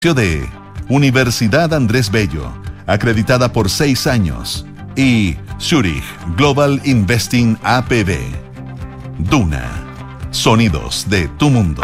De Universidad Andrés Bello, acreditada por 6 años, y Zurich Global Investing APB. Duna, sonidos de tu mundo.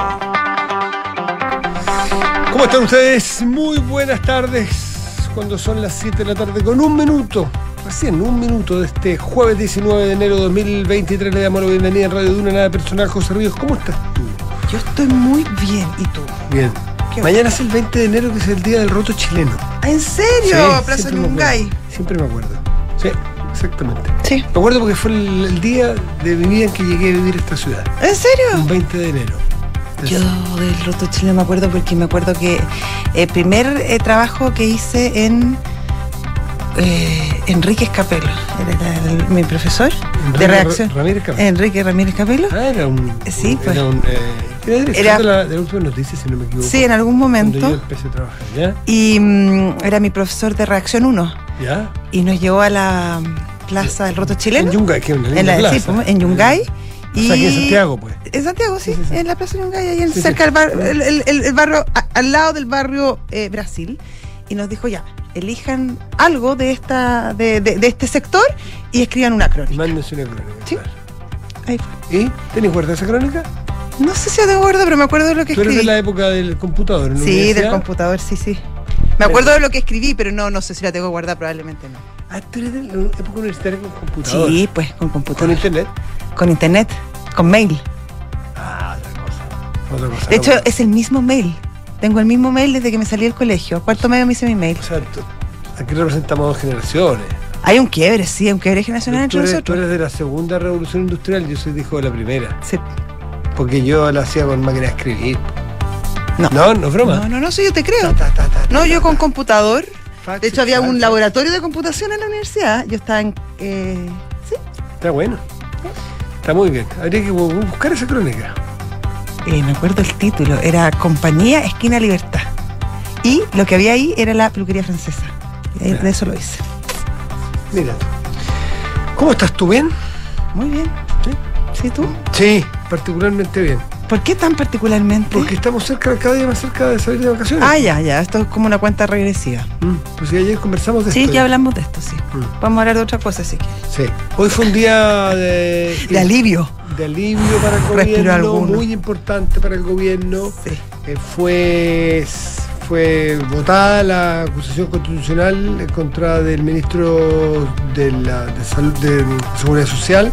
¿Cómo están ustedes? Muy buenas tardes. Cuando son las 7 de la tarde con un minuto, recién un minuto de este jueves 19 de enero de 2023, le damos la bienvenida en Radio Duna, nada personal. José Ríos, ¿cómo estás tú? Yo estoy muy bien, ¿y tú? Bien. Mañana es el 20 de enero, que es el día del roto chileno. ¿En serio? Sí, Plaza Yungay. Siempre me acuerdo. Sí, exactamente. Sí. Me acuerdo porque fue el día de mi vida en que llegué a vivir a esta ciudad. ¿En serio? Un 20 de enero. Yo del roto chileno me acuerdo porque me acuerdo que el primer trabajo que hice en Enrique Escapelo, era mi profesor de redacción. Ramírez Capelo. Enrique Ramírez Capelo. Ah, era un... Sí, pues. Era director de la última noticia, si no me equivoco. Sí, en algún momento. Cuando yo empecé a trabajar, ¿ya? Y era mi profesor de redacción 1. ¿Ya? Y nos llevó a la plaza del roto chileno. En Yungay, que es una linda plaza. Sí, pues, en Yungay. O sea, aquí en Santiago, pues. En Santiago, sí, en la plaza Yungay, ahí Sí, cerca sí. del barrio, al lado del barrio Brasil. Y nos dijo, ya, elijan algo de este sector y escriban una crónica. Mándense una crónica. Sí. Claro. Ahí fue. ¿Y? ¿Tenés guardada esa crónica? No sé si yo tengo guardado, pero me acuerdo de lo que Tú eres escribí. de la época del computador, ¿no? Sí, del computador, sí. Me acuerdo de lo que escribí, pero no sé si la tengo guardada, probablemente no. Ah, tú eres de la época universitaria con computador. Sí, pues, con computador. ¿Con internet? Con internet, con mail. Ah, otra cosa. De hecho, es el mismo mail. Tengo el mismo mail desde que me salí del colegio. Cuarto medio me hice mi mail. Exacto. Aquí representamos dos generaciones. Hay un quiebre, sí, un quiebre generacional entre Tú nosotros. eres de la segunda revolución industrial, yo soy de hijo de la primera. Sí. Porque yo la hacía con máquina de escribir. No. No es broma. No, sí, yo te creo. No, yo con computador. De hecho, había un laboratorio de computación en la universidad. Yo estaba en... sí. Está bueno. Está muy bien. Habría que buscar esa crónica. Me acuerdo el título. Era Compañía Esquina Libertad. Y lo que había ahí era la peluquería francesa. Y de eso lo hice. Mira. ¿Cómo estás tú? ¿Bien? Muy bien. ¿Sí, tú? Sí, particularmente bien. ¿Por qué tan particularmente? Porque estamos cada día más cerca de salir de vacaciones. Ah, ya. Esto es como una cuenta regresiva. Pues sí, ayer conversamos de esto. Sí, ya hablamos de esto, sí. Vamos a hablar de otra cosa, si quieres. Sí. Hoy fue un día de alivio. De alivio para el Respiro gobierno, alguno. muy importante para el gobierno. Sí. Fue votada la acusación constitucional en contra del ministro de Seguridad Social.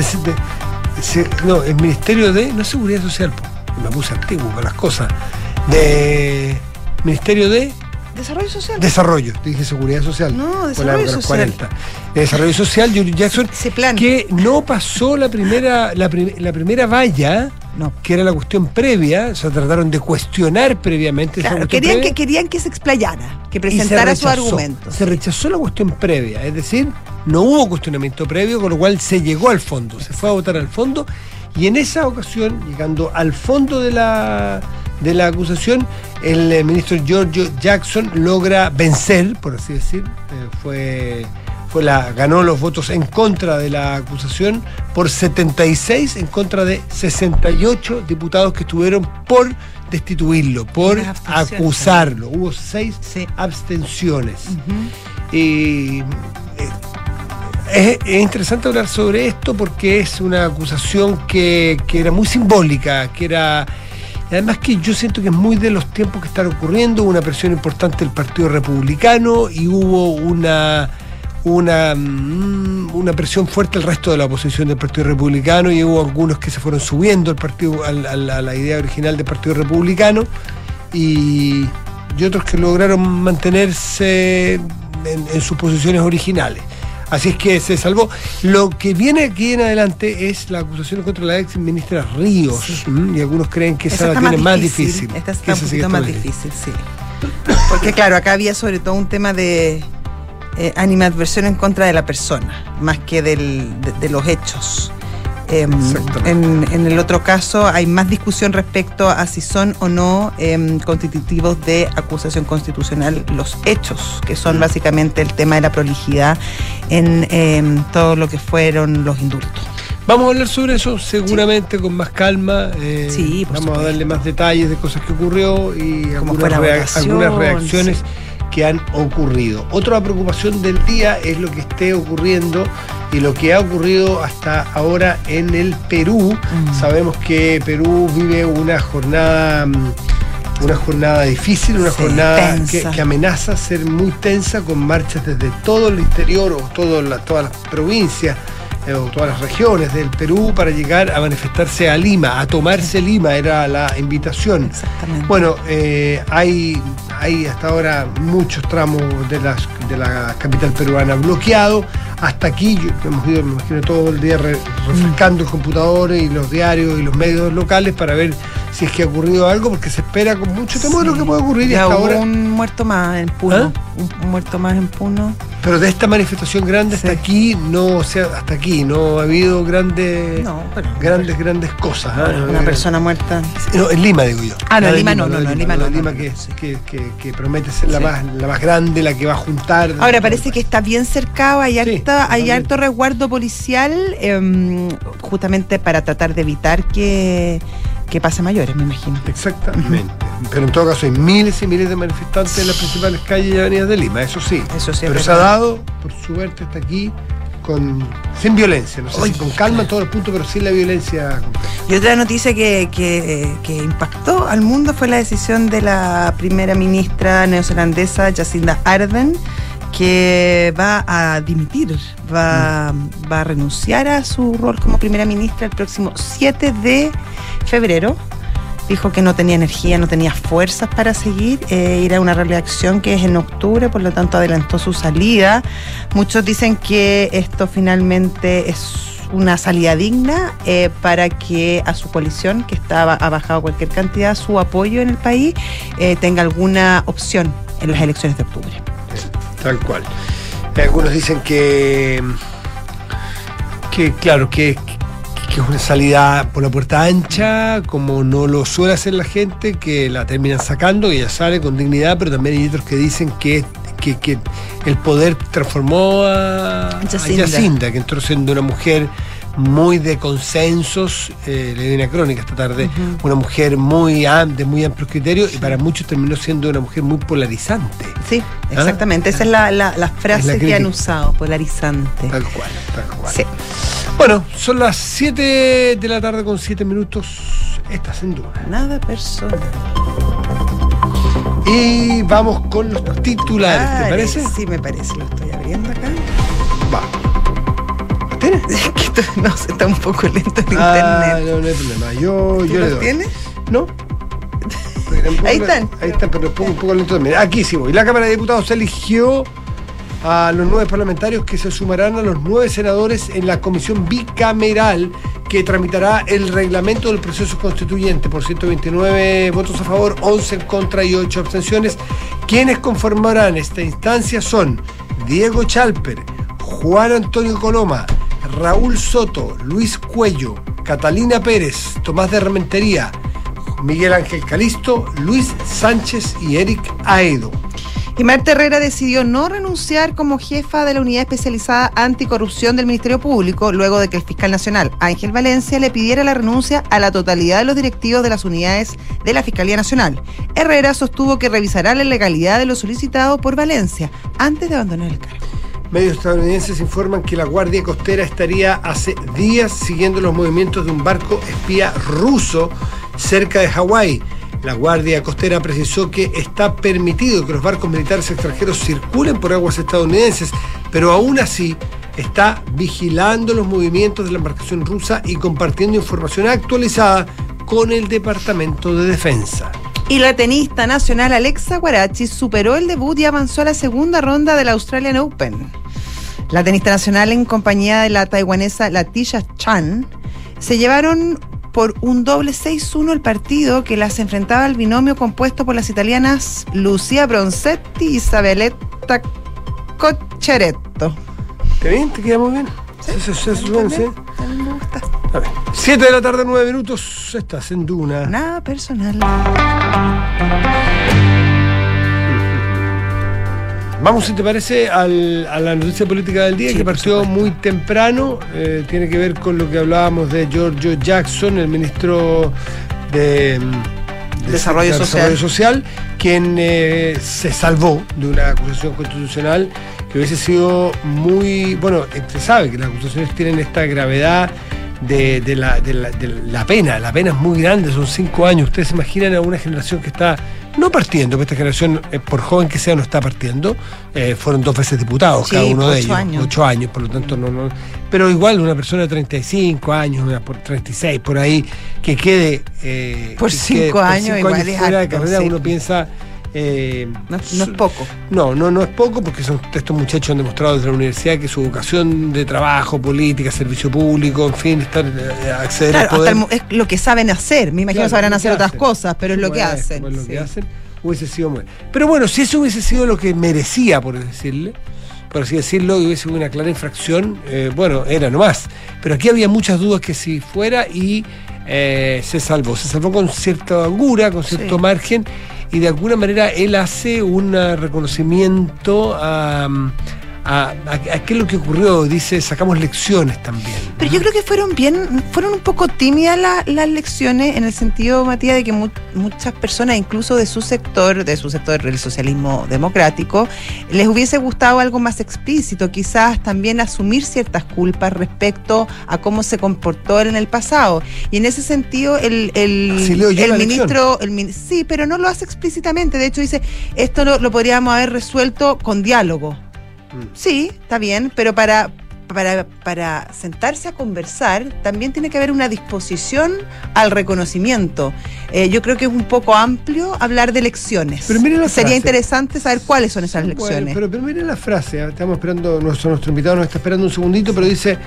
El Ministerio de... No Seguridad Social, me puse antiguo para las cosas. Ministerio de... Desarrollo social. Desarrollo, dije Seguridad Social. No, Desarrollo Social. 40. Desarrollo Social, Yuri Jackson, Ese plan. que no pasó la primera valla, No. que era la cuestión previa, o sea, trataron de cuestionar previamente esa Claro, cuestión previa, querían que se explayara, que y presentara se su rechazó. argumento. Se rechazó la cuestión previa, es decir, no hubo cuestionamiento previo, con lo cual se llegó al fondo, se fue a votar al fondo, y en esa ocasión, llegando al fondo de la acusación, el ministro Giorgio Jackson logra vencer, por así decir, ganó los votos en contra de la acusación por 76 en contra de 68 diputados que estuvieron por destituirlo, por acusarlo. Hubo 6 abstenciones. Y es interesante hablar sobre esto porque es una acusación que era muy simbólica, además que yo siento que es muy de los tiempos que están ocurriendo, una presión importante del Partido Republicano y hubo una presión fuerte del resto de la oposición del Partido Republicano y hubo algunos que se fueron subiendo a la idea original del Partido Republicano y otros que lograron mantenerse en sus posiciones originales. Así es que se salvó. Lo que viene aquí en adelante es la acusación contra la ex ministra Ríos. Sí. Y algunos creen que esa la tiene más difícil. Esta está un poquito más difícil, sí. Porque claro, acá había sobre todo un tema de animadversión en contra de la persona, más que de los hechos. En el otro caso hay más discusión respecto a si son o no constitutivos de acusación constitucional los hechos, que son básicamente el tema de la prolijidad en todo lo que fueron los indultos. Vamos a hablar sobre eso seguramente con más calma. Sí, por vamos supuesto. a darle más detalles de cosas que ocurrió y Cómo algunas, fue la votación, algunas reacciones sí, que han ocurrido. Otra preocupación del día es lo que esté ocurriendo y lo que ha ocurrido hasta ahora en el Perú. Sabemos que Perú vive una jornada difícil, una Sí, jornada tensa. que amenaza ser muy tensa, con marchas desde todo el interior o todas las provincias o todas las regiones del Perú para llegar a manifestarse a Lima, a tomarse Lima, era la invitación. Exactamente. Bueno, hay hasta ahora muchos tramos de la capital peruana bloqueados. Hasta aquí hemos ido, me imagino, todo el día refrescando el computador y los diarios y los medios locales para ver si es que ha ocurrido algo, porque se espera con mucho temor lo que puede ocurrir. Ya y hasta hubo ahora, un muerto más en Puno. Un muerto más en Puno. pero de esta manifestación grande Sí. hasta aquí no ha habido grandes cosas. Una persona muerta. No, en Lima, digo yo. Ah, no, La en de Lima no, la de en Lima no, Lima no, que, sí. que promete ser la más grande, la que va a juntar. Ahora parece que está bien cercado, hay Sí, harto resguardo policial, justamente para tratar de evitar que pase mayores, me imagino. Exactamente. Pero en todo caso hay miles y miles de manifestantes en las principales calles y avenidas de Lima, eso sí. Eso sí es Pero se ha verdad. dado, por suerte, hasta aquí sin violencia. No sé si con calma en todos los puntos, pero sin la violencia completa. Y otra noticia que impactó al mundo fue la decisión de la primera ministra neozelandesa Jacinda Ardern, que va a dimitir, va a renunciar a su rol como primera ministra el próximo 7 de febrero. Dijo que no tenía energía, no tenía fuerzas para seguir, ir a una reelección que es en octubre, por lo tanto adelantó su salida. Muchos dicen que esto finalmente es una salida digna para que a su coalición, que ha bajado cualquier cantidad su apoyo en el país, tenga alguna opción en las elecciones de octubre. Tal cual. Algunos dicen que claro, que es una salida por la puerta ancha, como no lo suele hacer la gente, que la terminan sacando, que ella sale con dignidad, pero también hay otros que dicen que el poder transformó a Jacinda, que entró siendo una mujer muy de consensos, leí una crónica esta tarde, una mujer de muy amplios criterios, y para muchos terminó siendo una mujer muy polarizante. Sí, exactamente. Esa es la frase que han usado, polarizante. Tal cual. Sí. Bueno, son las 7 de la tarde con 7 minutos. Estás en Duna. Nada personal. Y vamos con los titulares, ¿te parece? Sí, me parece. Lo estoy abriendo acá. Va. ¿Los tienes? Es que no, está un poco lento el Ah, internet. no hay problema. Yo ¿Tú le los doy. tienes? ¿No? Ahí están. Ahí están, pero un poco lento también. Aquí sí voy. La Cámara de Diputados eligió a los 9 parlamentarios que se sumarán a los 9 senadores en la comisión bicameral que tramitará el reglamento del proceso constituyente por 129 votos a favor, 11 en contra y 8 abstenciones. Quienes conformarán esta instancia son Diego Chalper, Juan Antonio Coloma, Raúl Soto, Luis Cuello, Catalina Pérez, Tomás de Rementería, Miguel Ángel Calisto, Luis Sánchez y Eric Aedo. Y Marta Herrera decidió no renunciar como jefa de la Unidad Especializada Anticorrupción del Ministerio Público, luego de que el fiscal nacional Ángel Valencia le pidiera la renuncia a la totalidad de los directivos de las unidades de la Fiscalía Nacional. Herrera sostuvo que revisará la legalidad de lo solicitado por Valencia antes de abandonar el cargo. Medios estadounidenses informan que la Guardia Costera estaría hace días siguiendo los movimientos de un barco espía ruso cerca de Hawái. La Guardia Costera precisó que está permitido que los barcos militares extranjeros circulen por aguas estadounidenses, pero aún así está vigilando los movimientos de la embarcación rusa y compartiendo información actualizada con el Departamento de Defensa. Y la tenista nacional Alexa Guarachi superó el debut y avanzó a la segunda ronda del Australian Open. La tenista nacional, en compañía de la taiwanesa Latisha Chan, se llevaron por un doble 6-1 el partido que las enfrentaba al binomio compuesto por las italianas Lucia Bronzetti y Isabelletta Coccheretto. ¿Está bien? ¿Te queda muy bien? Sí, También me gusta. A ver, 7 de la tarde, 9 minutos, estás en Duna. Nada personal. Vamos, si te parece, a la noticia política del día, sí, que partió muy temprano. Tiene que ver con lo que hablábamos de Giorgio Jackson, el ministro de Desarrollo Social, quien se salvó de una acusación constitucional que hubiese sido muy... Bueno, usted sabe que las acusaciones tienen esta gravedad de la pena. La pena es muy grande, son 5 años. Ustedes se imaginan a una generación que está no partiendo, esta generación, por joven que sea, no está partiendo. Fueron 2 veces diputados, sí, cada uno de ellos. 8 años, por lo tanto, no. Pero igual una persona de 35 años, una por 36, por ahí, que quede... por 5 años, igual es fuera alto, de carrera, sí. Uno piensa... No es poco. No es poco, porque estos muchachos han demostrado desde la universidad que su vocación de trabajo, política, servicio público, en fin, acceder al poder. Es lo que saben hacer. Me imagino que sabrán hacer otras cosas, pero es lo que hacen. Lo que hacen hubiese sido muy... Pero bueno, si eso hubiese sido lo que merecía, por así decirlo, y hubiese sido una clara infracción, bueno, era nomás. Pero aquí había muchas dudas que si fuera, y se salvó con cierta holgura, con cierto margen. Y de alguna manera él hace un reconocimiento a qué es lo que ocurrió. Dice, sacamos lecciones también. Pero yo creo que fueron un poco tímidas las lecciones, en el sentido, Matías, de que muchas personas, incluso de su sector del socialismo democrático, les hubiese gustado algo más explícito, quizás también asumir ciertas culpas respecto a cómo se comportó él en el pasado. Y en ese sentido, el ministro, sí, pero no lo hace explícitamente. De hecho, dice, esto lo podríamos haber resuelto con diálogo. Sí, está bien, pero para sentarse a conversar también tiene que haber una disposición al reconocimiento. Yo creo que es un poco amplio hablar de lecciones. Pero miren la frase. Sería interesante saber cuáles son esas lecciones. Bueno, pero miren la frase, estamos esperando, nuestro invitado nos está esperando un segundito, pero dice,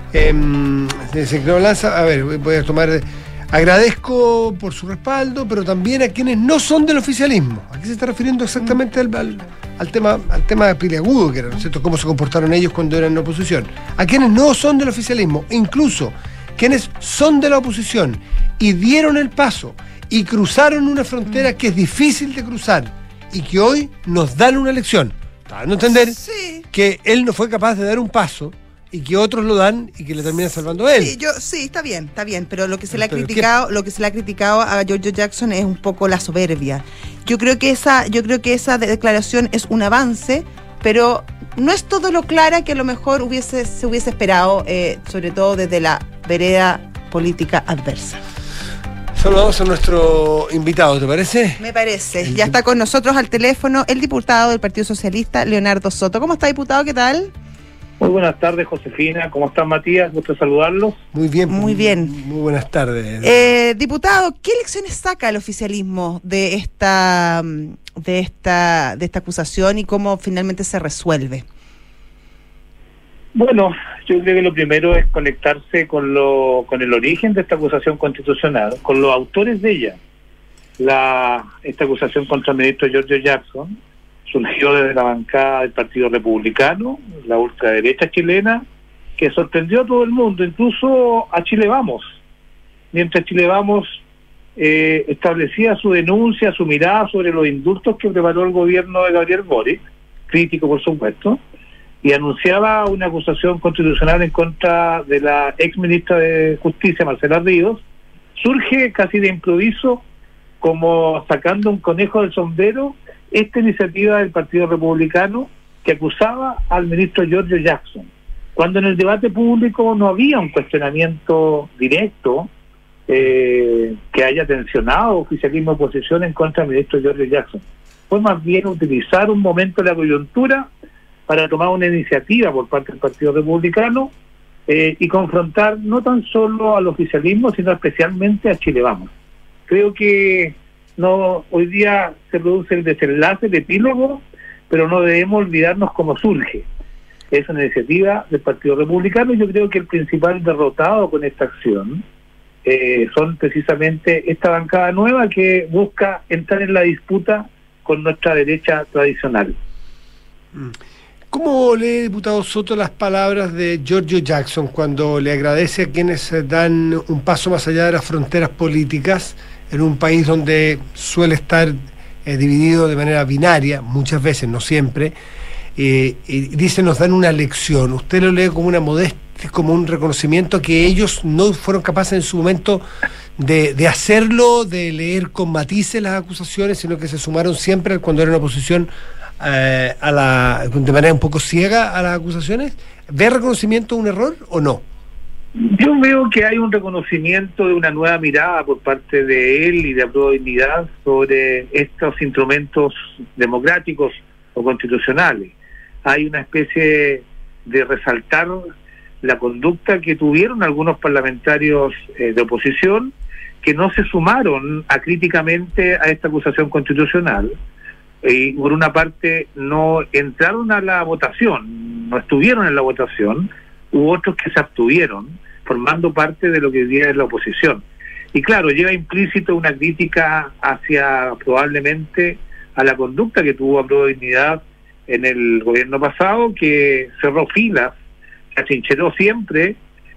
a ver, voy a tomar... Agradezco por su respaldo, pero también a quienes no son del oficialismo. Aquí se está refiriendo exactamente al tema peliagudo que era, ¿no es cierto? Cómo se comportaron ellos cuando eran en oposición. A quienes no son del oficialismo, incluso quienes son de la oposición y dieron el paso y cruzaron una frontera que es difícil de cruzar y que hoy nos dan una lección. Está dando a entender que él no fue capaz de dar un paso y que otros lo dan y que le terminan salvando a él. Sí, está bien, pero lo que se le ha criticado a Giorgio Jackson es un poco la soberbia. Yo creo que esa declaración es un avance, pero no es todo lo clara que a lo mejor se hubiese esperado, sobre todo desde la vereda política adversa. Saludamos a nuestro invitado, ¿te parece? Me parece. Ya está con nosotros al teléfono el diputado del Partido Socialista, Leonardo Soto. ¿Cómo está, diputado? ¿Qué tal? Muy buenas tardes, Josefina. ¿Cómo están, Matías? Gusto saludarlos. Muy bien. Muy bien. Muy buenas tardes. Diputado, ¿qué lecciones saca el oficialismo de esta acusación y cómo finalmente se resuelve? Bueno, yo creo que lo primero es conectarse con el origen de esta acusación constitucional, con los autores de ella. Esta acusación contra el ministro Giorgio Jackson surgió desde la bancada del Partido Republicano, la ultraderecha chilena, que sorprendió a todo el mundo, incluso a Chile Vamos. Mientras Chile Vamos establecía su denuncia, su mirada sobre los indultos que preparó el gobierno de Gabriel Boric, crítico por supuesto, y anunciaba una acusación constitucional en contra de la ex ministra de Justicia, Marcela Ríos, surge casi de improviso, como sacando un conejo del sombrero, esta iniciativa del Partido Republicano que acusaba al ministro Giorgio Jackson, cuando en el debate público no había un cuestionamiento directo que haya tensionado oficialismo oposición en contra del ministro Giorgio Jackson. Fue más bien utilizar un momento de la coyuntura para tomar una iniciativa por parte del Partido Republicano y confrontar no tan solo al oficialismo, sino especialmente a Chile Vamos. Creo que hoy día se produce el desenlace, el epílogo, pero no debemos olvidarnos cómo surge. Es una iniciativa del Partido Republicano y yo creo que el principal derrotado con esta acción son precisamente esta bancada nueva que busca entrar en la disputa con nuestra derecha tradicional. ¿Cómo lee, diputado Soto, las palabras de Giorgio Jackson cuando le agradece a quienes dan un paso más allá de las fronteras políticas en un país donde suele estar dividido de manera binaria, muchas veces, no siempre, y dice nos dan una lección. ¿Usted lo lee como una modestia, como un reconocimiento que ellos no fueron capaces en su momento de hacerlo, de leer con matices las acusaciones, sino que se sumaron siempre cuando era una oposición de manera un poco ciega a las acusaciones? ¿Ve reconocimiento un error o no? Yo veo que hay un reconocimiento de una nueva mirada por parte de él y de Apruebo Dignidad sobre estos instrumentos democráticos o constitucionales. Hay una especie de resaltar la conducta que tuvieron algunos parlamentarios de oposición que no se sumaron críticamente a esta acusación constitucional y por una parte no entraron a la votación, no estuvieron en la votación, hubo otros que se abstuvieron, formando parte de lo que hoy día es la oposición. Y claro, lleva implícito una crítica hacia probablemente a la conducta que tuvo Apruebo Dignidad en el gobierno pasado, que cerró filas, se atrincheró siempre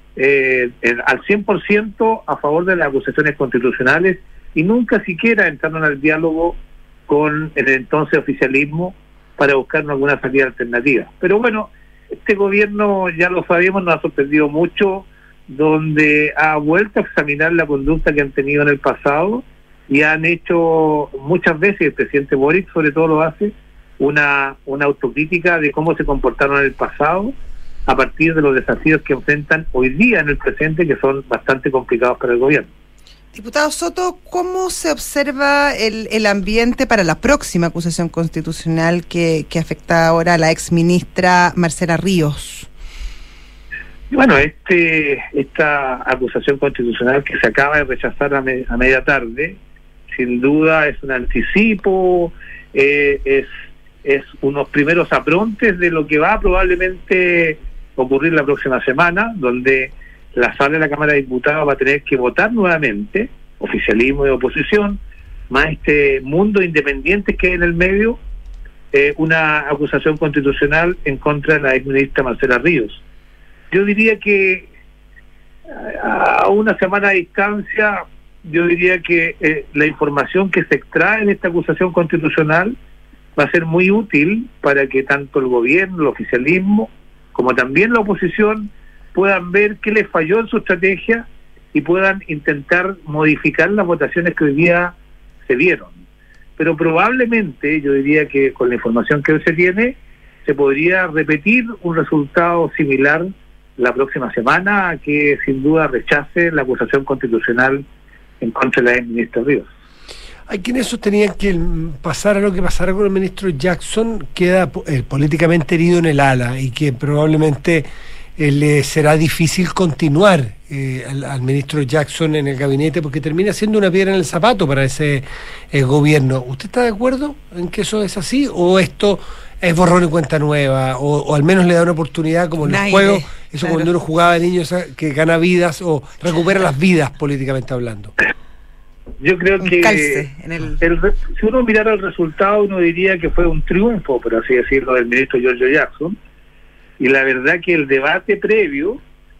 al 100% a favor de las acusaciones constitucionales y nunca siquiera entraron al diálogo con el entonces oficialismo para buscar alguna salida alternativa. Pero bueno, este gobierno, ya lo sabemos, nos ha sorprendido mucho, donde ha vuelto a examinar la conducta que han tenido en el pasado y han hecho muchas veces, el presidente Boric sobre todo lo hace, una autocrítica de cómo se comportaron en el pasado a partir de los desafíos que enfrentan hoy día en el presente, que son bastante complicados para el gobierno. Diputado Soto, ¿cómo se observa el ambiente para la próxima acusación constitucional que afecta ahora a la exministra Marcela Ríos? Bueno, esta acusación constitucional que se acaba de rechazar a media tarde, sin duda es un anticipo, es unos primeros aprontes de lo que va a probablemente ocurrir la próxima semana, donde la sala de la Cámara de Diputados va a tener que votar nuevamente, oficialismo y oposición, más este mundo independiente que hay en el medio, una acusación constitucional en contra de la exministra Marcela Ríos. Yo diría que a una semana de distancia, yo diría que la información que se extrae en esta acusación constitucional va a ser muy útil para que tanto el gobierno, el oficialismo, como también la oposición puedan ver qué les falló en su estrategia y puedan intentar modificar las votaciones que hoy día se dieron. Pero probablemente, yo diría que con la información que hoy se tiene, se podría repetir un resultado similar la próxima semana, que sin duda rechace la acusación constitucional en contra de la exministra Ríos. Hay quienes sostenían que pasara lo que pasara con el ministro Jackson, queda políticamente herido en el ala y que probablemente le será difícil continuar al ministro Jackson en el gabinete porque termina siendo una piedra en el zapato para ese gobierno. ¿Usted está de acuerdo en que eso es así o esto es borrón y cuenta nueva o al menos le da una oportunidad como en los juegos, eso claro, cuando uno jugaba de niño, que gana vidas o recupera las vidas políticamente hablando? Yo creo que si uno mirara el resultado, uno diría que fue un triunfo, por así decirlo, del ministro Giorgio Jackson, y la verdad que el debate previo,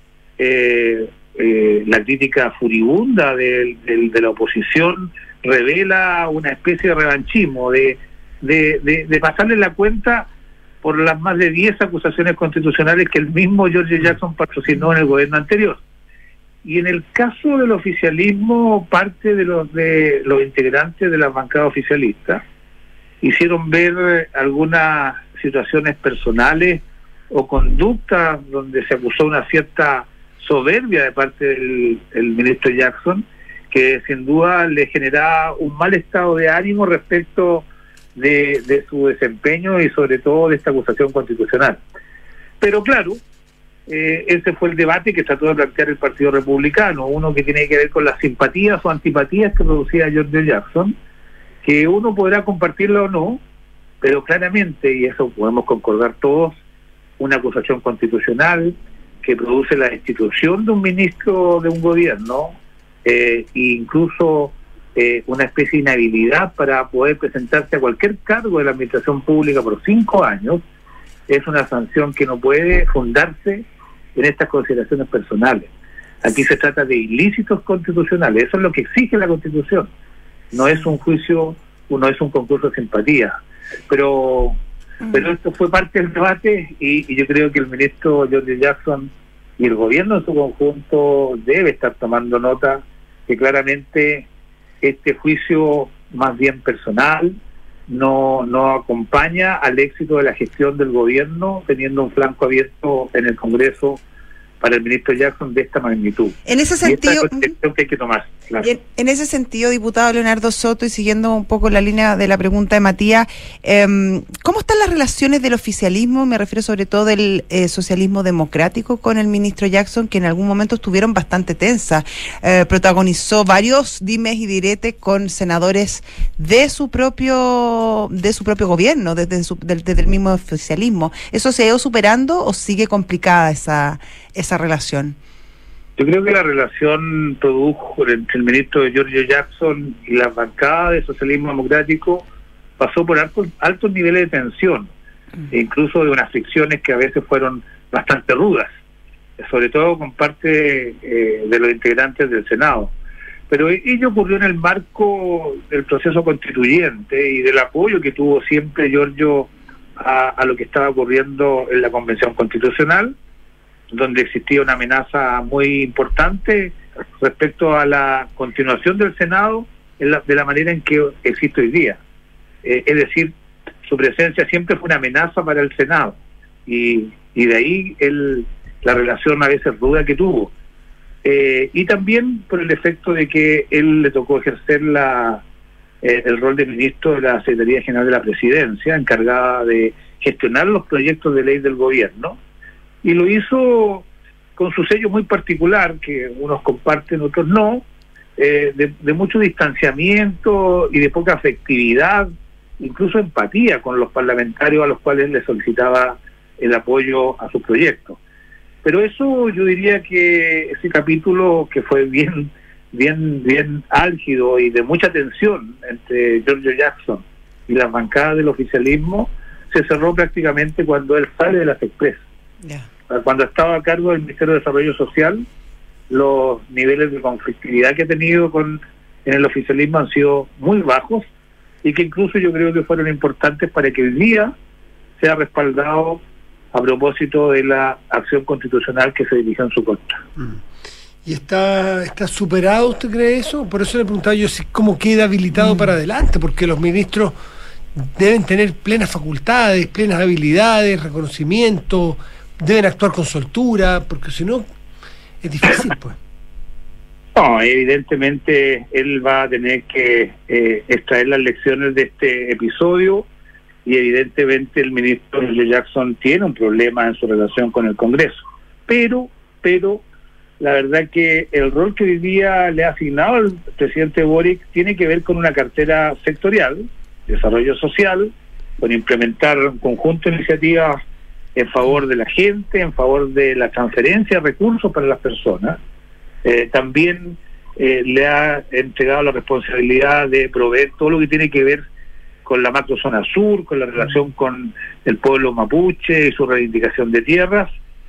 la crítica furibunda de la oposición revela una especie de revanchismo, de pasarle la cuenta por las más de 10 acusaciones constitucionales que el mismo Giorgio Jackson patrocinó en el gobierno anterior. Y en el caso del oficialismo, parte de los integrantes de la bancada oficialista hicieron ver algunas situaciones personales o conductas donde se acusó una cierta soberbia de parte del ministro Jackson, que sin duda le generaba un mal estado de ánimo respecto de su desempeño y sobre todo de esta acusación constitucional. Pero claro, ese fue el debate que trató de plantear el Partido Republicano, uno que tiene que ver con las simpatías o antipatías que producía Giorgio Jackson, que uno podrá compartirlo o no, pero claramente, y eso podemos concordar todos, una acusación constitucional que produce la destitución de un ministro de un gobierno, e incluso una especie de inhabilidad para poder presentarse a cualquier cargo de la administración pública por 5 años, es una sanción que no puede fundarse en estas consideraciones personales. Aquí se trata de ilícitos constitucionales, eso es lo que exige la Constitución, no es un juicio, no es un concurso de simpatía. Pero Pero esto fue parte del debate y yo creo que el ministro Giorgio Jackson y el gobierno en su conjunto debe estar tomando nota que claramente este juicio más bien personal no acompaña al éxito de la gestión del gobierno, teniendo un flanco abierto en el Congreso para el ministro Jackson de esta magnitud. En ese sentido, que hay que tomar. Claro. En ese sentido, diputado Leonardo Soto, y siguiendo un poco la línea de la pregunta de Matías, ¿cómo están las relaciones del oficialismo? Me refiero sobre todo del socialismo democrático con el ministro Jackson, que en algún momento estuvieron bastante tensas. Protagonizó varios dimes y diretes con senadores de su propio gobierno, desde el mismo oficialismo. ¿Eso se ha ido superando o sigue complicada esa relación? Yo creo que la relación produjo entre el ministro Giorgio Jackson y la bancada de socialismo democrático pasó por altos niveles de tensión, e incluso de unas fricciones que a veces fueron bastante rudas, sobre todo con parte de los integrantes del Senado. Pero ello ocurrió en el marco del proceso constituyente y del apoyo que tuvo siempre Giorgio a lo que estaba ocurriendo en la Convención Constitucional, donde existía una amenaza muy importante respecto a la continuación del Senado de la manera en que existe hoy día. Es decir, su presencia siempre fue una amenaza para el Senado y de ahí la relación a veces ruda que tuvo. Y también por el efecto de que él le tocó ejercer el rol de ministro de la Secretaría General de la Presidencia, encargada de gestionar los proyectos de ley del gobierno, y lo hizo con su sello muy particular, que unos comparten, otros no, de mucho distanciamiento y de poca afectividad, incluso empatía con los parlamentarios a los cuales le solicitaba el apoyo a sus proyectos. Pero eso, yo diría que ese capítulo, que fue bien álgido y de mucha tensión entre Giorgio Jackson y las bancadas del oficialismo, se cerró prácticamente cuando él sale de las Express. Yeah. Cuando estaba a cargo del Ministerio de Desarrollo Social, los niveles de conflictividad que ha tenido en el oficialismo han sido muy bajos, y que incluso yo creo que fueron importantes para que hoy día sea respaldado a propósito de la acción constitucional que se dirigió en su contra. ¿Y está superado, usted cree eso? Por eso le preguntaba yo si cómo queda habilitado para adelante, porque los ministros deben tener plenas facultades, plenas habilidades, reconocimiento, deben actuar con soltura, porque si no es difícil, pues. No, evidentemente él va a tener que extraer las lecciones de este episodio, y evidentemente el ministro Jackson tiene un problema en su relación con el Congreso, pero la verdad que el rol que hoy día le ha asignado al presidente Boric tiene que ver con una cartera sectorial, desarrollo social, con implementar un conjunto de iniciativas en favor de la gente, en favor de la transferencia de recursos para las personas. También le ha entregado la responsabilidad de proveer todo lo que tiene que ver con la macrozona sur, con la relación con el pueblo mapuche y su reivindicación de tierras,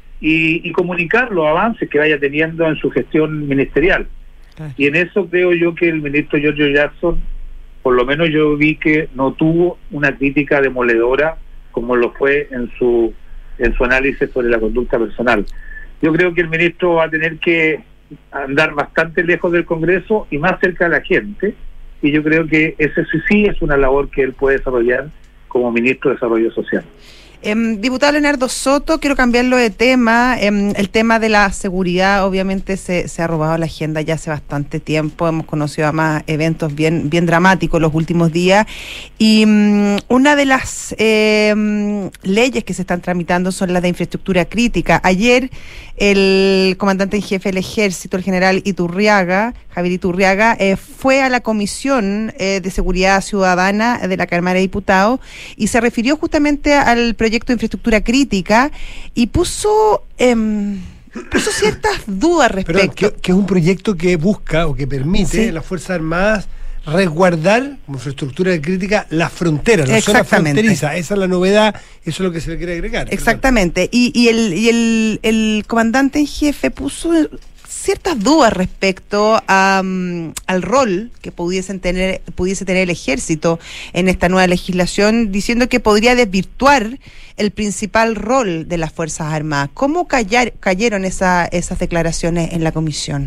y comunicar los avances que vaya teniendo en su gestión ministerial. Y en eso creo yo que el ministro Giorgio Jackson, por lo menos yo vi que no tuvo una crítica demoledora como lo fue en su análisis sobre la conducta personal. Yo creo que el ministro va a tener que andar bastante lejos del Congreso y más cerca de la gente, y yo creo que ese sí es una labor que él puede desarrollar como ministro de Desarrollo Social. Diputado Leonardo Soto, quiero cambiarlo de tema. El tema de la seguridad obviamente se ha robado la agenda ya hace bastante tiempo. Hemos conocido además eventos bien dramáticos los últimos días, y una de las leyes que se están tramitando son las de infraestructura crítica. Ayer el comandante en jefe del Ejército, el general Javier Iturriaga, fue a la Comisión de Seguridad Ciudadana de la Cámara de Diputados y se refirió justamente al proyecto de infraestructura crítica y puso ciertas dudas respecto. Pero que es un proyecto que busca o que permite a las Fuerzas Armadas resguardar como infraestructura crítica las fronteras, la zona fronteriza. Esa es la novedad, eso es lo que se le quiere agregar. Exactamente. Y el comandante en jefe puso ciertas dudas respecto al rol que pudiese tener el ejército en esta nueva legislación, diciendo que podría desvirtuar el principal rol de las Fuerzas Armadas. ¿Cómo cayeron esas declaraciones en la comisión?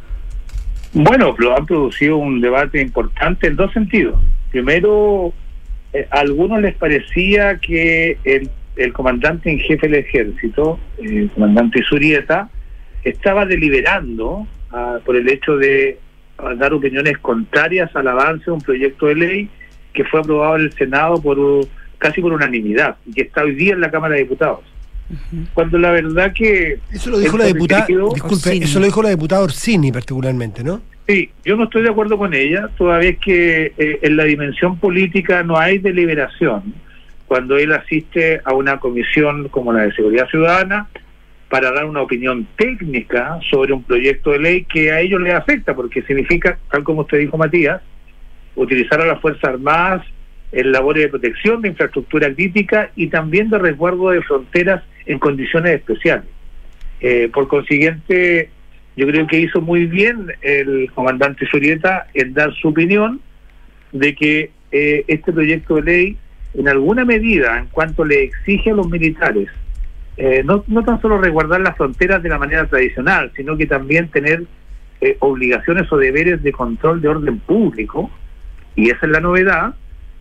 Bueno, lo han producido un debate importante en dos sentidos. Primero, a algunos les parecía que el comandante en jefe del ejército, el comandante Zurieta, estaba deliberando por el hecho de dar opiniones contrarias al avance de un proyecto de ley que fue aprobado en el Senado casi por unanimidad y que está hoy día en la Cámara de Diputados. Cuando la verdad que... Eso lo dijo la diputada, disculpe, eso lo dijo la diputada Orsini particularmente, ¿no? Sí, yo no estoy de acuerdo con ella, toda vez que en la dimensión política no hay deliberación cuando él asiste a una comisión como la de Seguridad Ciudadana para dar una opinión técnica sobre un proyecto de ley que a ellos les afecta, porque significa, tal como usted dijo, Matías, utilizar a las Fuerzas Armadas en labores de protección de infraestructura crítica y también de resguardo de fronteras en condiciones especiales. Por consiguiente, yo creo que hizo muy bien el comandante Zurieta en dar su opinión de que este proyecto de ley, en alguna medida, en cuanto le exige a los militares, no tan solo resguardar las fronteras de la manera tradicional, sino que también tener obligaciones o deberes de control de orden público, y esa es la novedad,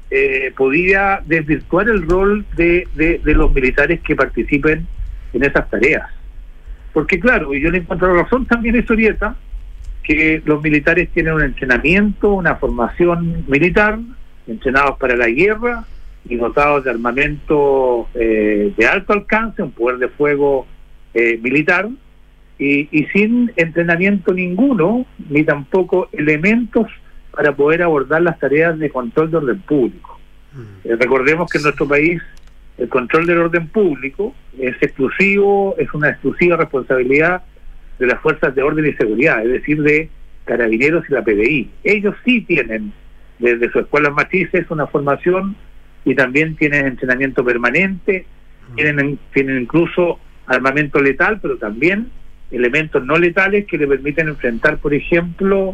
podía desvirtuar el rol de los militares que participen en esas tareas. Porque claro, y yo le encuentro razón también a Zurieta, que los militares tienen un entrenamiento, una formación militar, entrenados para la guerra y dotados de armamento de alto alcance, un poder de fuego militar, y sin entrenamiento ninguno, ni tampoco elementos para poder abordar las tareas de control de orden público. Recordemos que en nuestro país el control del orden público es una exclusiva responsabilidad de las fuerzas de orden y seguridad, es decir, de Carabineros y la PDI. Ellos sí tienen desde sus escuelas matrices una formación y también tienen entrenamiento permanente, tienen incluso armamento letal, pero también elementos no letales que le permiten enfrentar, por ejemplo,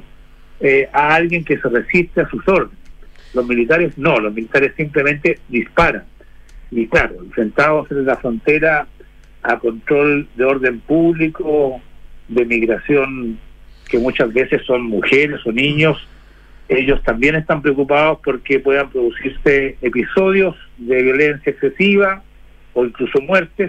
a alguien que se resiste a sus órdenes. Los militares no, los militares simplemente disparan. Y claro, enfrentados en la frontera a control de orden público, de migración, que muchas veces son mujeres o niños, ellos también están preocupados porque puedan producirse episodios de violencia excesiva o incluso muertes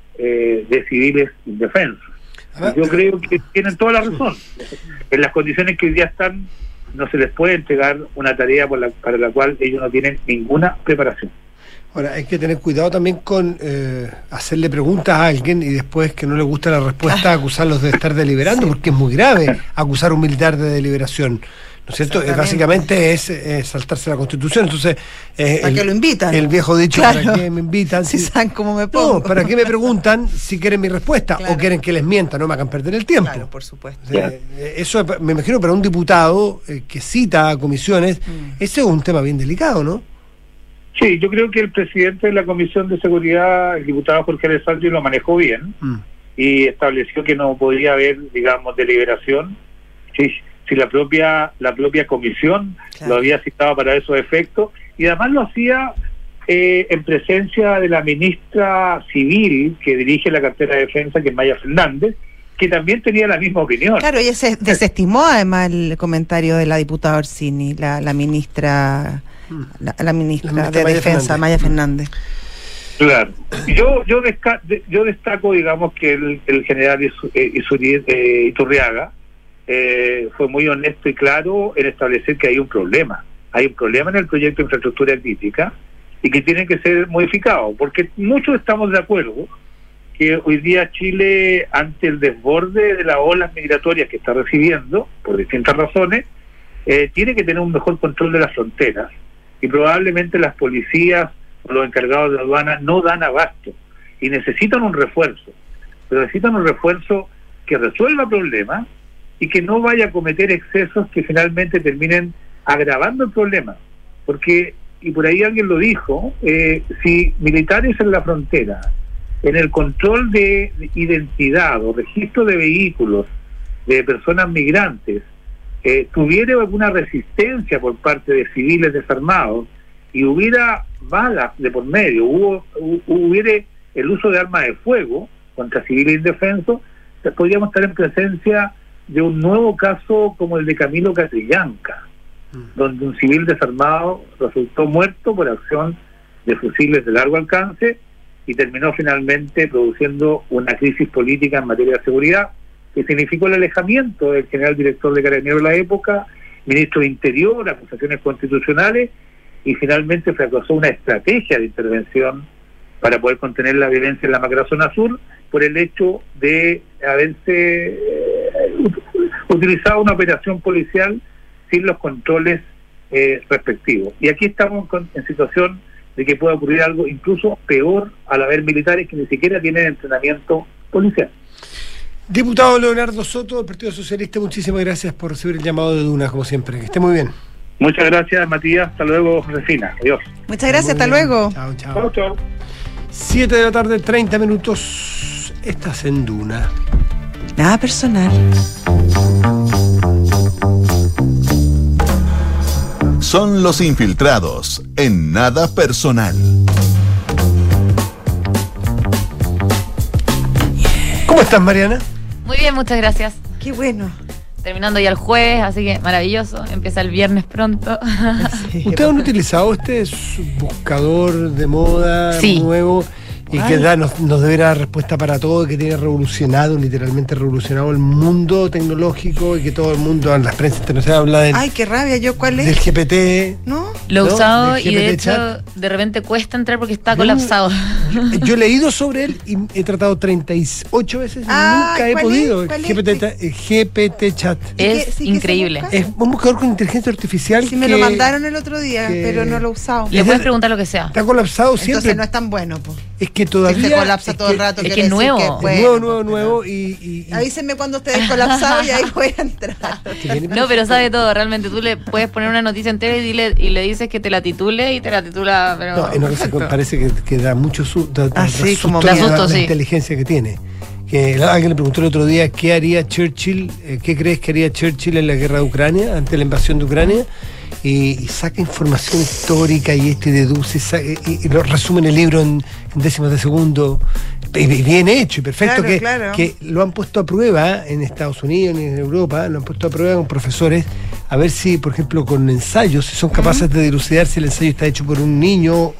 de civiles indefensos. Yo creo que tienen toda la razón. En las condiciones que hoy día están, no se les puede entregar una tarea para la cual ellos no tienen ninguna preparación. Ahora, hay que tener cuidado también con hacerle preguntas a alguien y después que no le gusta la respuesta, acusarlos de estar deliberando, porque es muy grave acusar a un militar de deliberación, ¿no es cierto? Básicamente es saltarse la Constitución. Entonces, ¿para qué lo invitan? El viejo dicho, claro. ¿Para qué me invitan? Si saben cómo me pongo. No, ¿para qué me preguntan si quieren mi respuesta? Claro. O quieren que les mienta, no me hagan perder el tiempo. Claro, por supuesto. Eso me imagino para un diputado que cita a comisiones, ese es un tema bien delicado, ¿no? Sí, yo creo que el presidente de la Comisión de Seguridad, el diputado Jorge Alessandri, lo manejó bien y estableció que no podía haber, digamos, deliberación si la propia comisión lo había citado para esos efectos, y además lo hacía en presencia de la ministra civil que dirige la cartera de defensa, que es Maya Fernández, que también tenía la misma opinión. Claro, ella se desestimó además el comentario de la diputada Orsini, la ministra... La ministra de Defensa, Maya Fernández. Claro. Yo destaco, digamos, que el general Iturriaga fue muy honesto y claro en establecer que hay un problema. Hay un problema en el proyecto de infraestructura crítica y que tiene que ser modificado, porque muchos estamos de acuerdo que hoy día Chile, ante el desborde de las olas migratorias que está recibiendo, por distintas razones, tiene que tener un mejor control de las fronteras. Y probablemente las policías o los encargados de aduana no dan abasto y necesitan un refuerzo, pero necesitan un refuerzo que resuelva problemas y que no vaya a cometer excesos que finalmente terminen agravando el problema. Porque, y por ahí alguien lo dijo, si militares en la frontera, en el control de identidad o registro de vehículos, de personas migrantes tuviera alguna resistencia por parte de civiles desarmados y hubiera balas de por medio, hubiera el uso de armas de fuego contra civiles indefensos, podríamos estar en presencia de un nuevo caso como el de Camilo Catrillanca, donde un civil desarmado resultó muerto por acción de fusiles de largo alcance y terminó finalmente produciendo una crisis política en materia de seguridad que significó el alejamiento del general director de Carabineros de la época, ministro de Interior, acusaciones constitucionales, y finalmente fracasó una estrategia de intervención para poder contener la violencia en la macrozona sur por el hecho de haberse utilizado una operación policial sin los controles respectivos. Y aquí estamos en situación de que pueda ocurrir algo incluso peor al haber militares que ni siquiera tienen entrenamiento policial. Diputado Leonardo Soto, del Partido Socialista, muchísimas gracias por recibir el llamado de Duna, como siempre. Que esté muy bien. Muchas gracias, Matías. Hasta luego, Josefina. Adiós. Muchas gracias, hasta luego. Chao, chao. Chao, chao. 7 de la tarde, 30 minutos. Estás en Duna. Nada personal. Son los infiltrados en Nada Personal. ¿Cómo estás, Mariana? Muy bien, muchas gracias. Qué bueno. Terminando ya el jueves, así que maravilloso. Empieza el viernes pronto. Sí, ¿Ustedes han utilizado este buscador de moda nuevo y que nos deberá dar respuesta para todo, que tiene literalmente revolucionado el mundo tecnológico y que todo el mundo en las prensa internacional habla del... Ay, qué rabia, ¿yo cuál es? Del GPT. ¿No? Lo he usado y de GPT hecho chat. de repente cuesta entrar porque está colapsado. Yo he leído sobre él y he tratado 38 veces y Ah, nunca he ¿cuál podido. es? ¿Cuál es? GPT chat. Es ¿Sí que increíble. se busca? Es un buscador con inteligencia artificial. Sí, me lo mandaron el otro día, que- pero no lo he usado. Le puedes preguntar lo que sea. Está colapsado siempre. Entonces no es tan bueno, pues. Es que todavía... Si se colapsa es todo que- el rato. es quiere que es decir nuevo. que Es es nuevo y Avísenme cuando esté descolapsado y ahí voy a entrar. que viene No, pero sabe todo. Realmente tú le puedes poner una noticia entera y le dices que te la titule y te la titula. Pero No, es una cosa que perfecto. parece que da mucho da sí, susto como la, miedo. la Sí. inteligencia que tiene. Que alguien le preguntó el otro día qué haría Churchill, qué crees que haría Churchill en la guerra de Ucrania, ante la invasión de Ucrania, y saca información histórica y deduce y lo resume en el libro en décimas de segundo, y bien hecho y perfecto, Claro, claro. que lo han puesto a prueba en Estados Unidos, en Europa, lo han puesto a prueba con profesores, a ver si, por ejemplo, con ensayos, si son capaces de dilucidar si el ensayo está hecho por un niño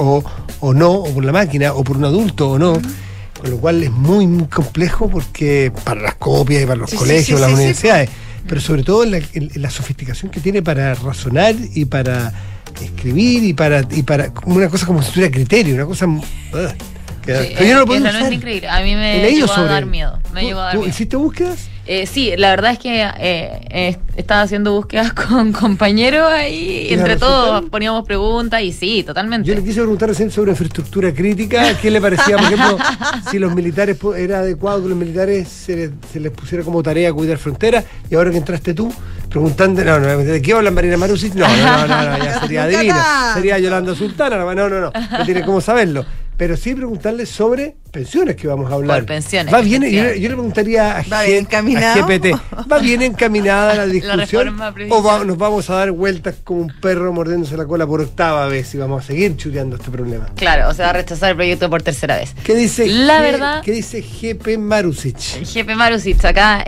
o no, o por la máquina, o por un adulto o no. Con lo cual es muy, muy complejo porque para las copias y para los Sí, colegios, sí, las sí, universidades, pero sobre todo en la sofisticación que tiene para razonar y para escribir y para una cosa como si tuviera criterio, una cosa... Sí, pero yo no lo puedo realmente usar. increíble. A mí He me leído llegó a sobre dar él. miedo. Me llegó a dar ¿Tú miedo. hiciste búsquedas? Sí, la verdad es que estaba haciendo búsquedas con compañeros ahí, ¿Y entre resultaron? todos poníamos preguntas y sí, totalmente. Yo le quise preguntar recién sobre infraestructura crítica, ¿qué le parecía, por ejemplo, si los militares, era adecuado que los militares se les pusiera como tarea cuidar fronteras? Y ahora que entraste tú, preguntando, ¿de qué habla Marina Marusic? No, ya sería Nunca divino, tanto. sería Yolanda Sultana, no tiene cómo saberlo. Pero sí preguntarle sobre pensiones, que vamos a hablar. Por pensiones, Va bien, yo efectivamente. le preguntaría a ¿Va bien encaminado? GPT, ¿va bien encaminada la discusión? reforma ¿O previsional. nos vamos a dar vueltas como un perro mordiéndose la cola por octava vez y vamos a seguir chuteando este problema? Claro, o sea, va a rechazar el proyecto por tercera vez. ¿Qué dice, La verdad- ¿qué dice GP Marusic? El jefe Marusic acá,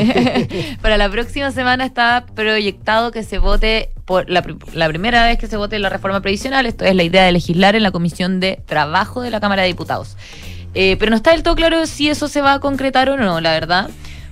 para la próxima semana está proyectado que se vote por la primera vez que se vote la reforma previsional. Esto es la idea de legislar en la Comisión de Trabajo de la Cámara de Diputados. Pero no está del todo claro si eso se va a concretar o no, la verdad,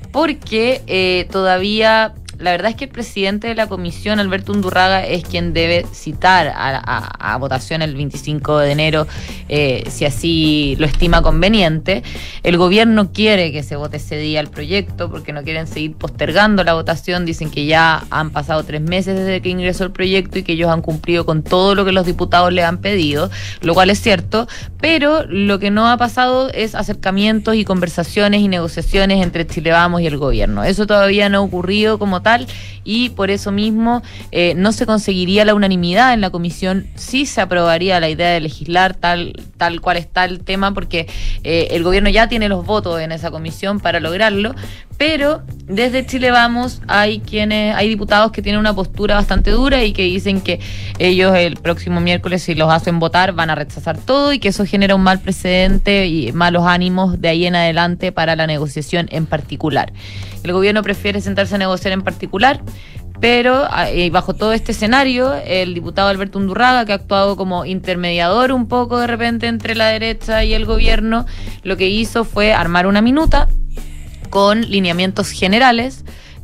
porque todavía... La verdad es que el presidente de la comisión, Alberto Undurraga, es quien debe citar a votación el 25 de enero, si así lo estima conveniente. El gobierno quiere que se vote ese día el proyecto porque no quieren seguir postergando la votación. Dicen que ya han pasado 3 meses desde que ingresó el proyecto y que ellos han cumplido con todo lo que los diputados le han pedido, lo cual es cierto, pero lo que no ha pasado es acercamientos y conversaciones y negociaciones entre Chile Vamos y el gobierno. Eso todavía no ha ocurrido como tal y por eso mismo no se conseguiría la unanimidad en la comisión. Sí se aprobaría la idea de legislar tal cual está el tema, porque el gobierno ya tiene los votos en esa comisión para lograrlo, Pero desde Chile Vamos hay diputados que tienen una postura bastante dura y que dicen que ellos el próximo miércoles, si los hacen votar, van a rechazar todo y que eso genera un mal precedente y malos ánimos de ahí en adelante para la negociación en particular. El gobierno prefiere sentarse a negociar en particular, pero bajo todo este escenario, el diputado Alberto Undurraga, que ha actuado como intermediador un poco de repente entre la derecha y el gobierno, lo que hizo fue armar una minuta con lineamientos generales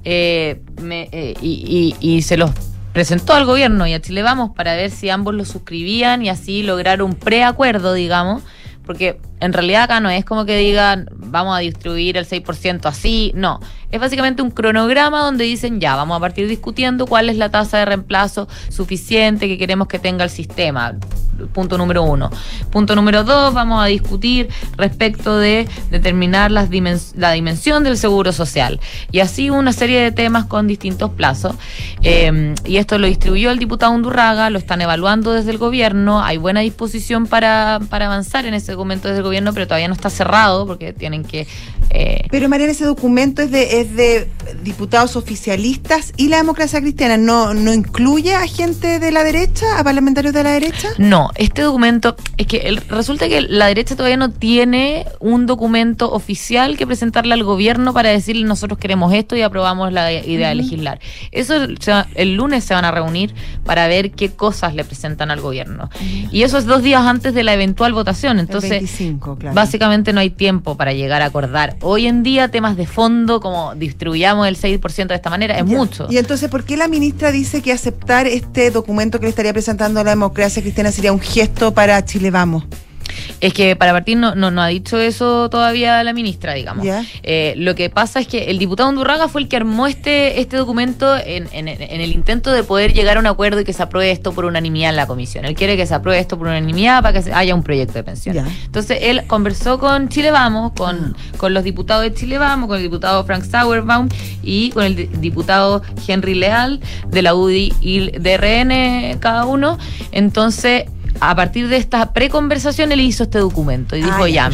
y se los presentó al gobierno y a Chile Vamos para ver si ambos lo suscribían y así lograr un preacuerdo, digamos, porque en realidad acá no es como que digan vamos a distribuir el 6% así, no, es básicamente un cronograma donde dicen ya, vamos a partir discutiendo cuál es la tasa de reemplazo suficiente que queremos que tenga el sistema, punto número 1. Punto número 2, vamos a discutir respecto de determinar la dimensión del seguro social y así una serie de temas con distintos plazos, y esto lo distribuyó el diputado Undurraga, lo están evaluando desde el gobierno, hay buena disposición para avanzar en ese documento desde el gobierno, pero todavía no está cerrado porque tienen que... Pero Mariana, ese documento es de diputados oficialistas y la Democracia Cristiana, ¿no incluye a gente de la derecha, a parlamentarios de la derecha? No, este documento, es que resulta que la derecha todavía no tiene un documento oficial que presentarle al gobierno para decirle nosotros queremos esto y aprobamos la idea de legislar. Eso el lunes se van a reunir para ver qué cosas le presentan al gobierno. Y eso es 2 días antes de la eventual votación, entonces 25, claro. Básicamente no hay tiempo para llegar a acordar. Hoy en día temas de fondo como distribuyamos el 6% de esta manera es mucho. Y entonces, ¿por qué la ministra dice que aceptar este documento que le estaría presentando a la Democracia Cristiana sería un gesto para Chile Vamos? Es que para partir no ha dicho eso todavía la ministra, digamos. Yeah. Lo que pasa es que el diputado Undurraga fue el que armó este documento en el intento de poder llegar a un acuerdo y que se apruebe esto por unanimidad en la comisión. Él quiere que se apruebe esto por unanimidad para que haya un proyecto de pensión. Yeah. Entonces él conversó con Chile Vamos, con los diputados de Chile Vamos, con el diputado Frank Sauerbaum y con el diputado Henry Leal de la UDI y DRN cada uno. Entonces, a partir de esta preconversación, él hizo este documento y dijo, mira,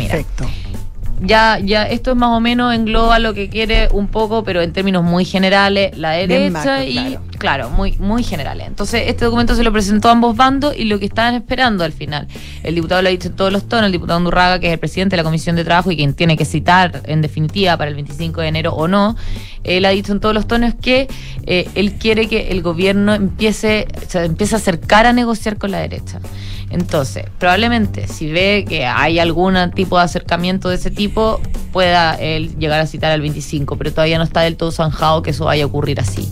ya esto es más o menos engloba lo que quiere un poco, pero en términos muy generales, la derecha macro, y claro, muy generales. Entonces, este documento se lo presentó a ambos bandos y lo que estaban esperando al final. El diputado lo ha dicho en todos los tonos, el diputado Undurraga, que es el presidente de la Comisión de Trabajo y quien tiene que citar en definitiva para el 25 de enero o no, él ha dicho en todos los tonos que él quiere que el gobierno empiece a acercar a negociar con la derecha. Entonces, probablemente si ve que hay algún tipo de acercamiento de ese tipo, pueda él llegar a citar al 25, pero todavía no está del todo zanjado que eso vaya a ocurrir así.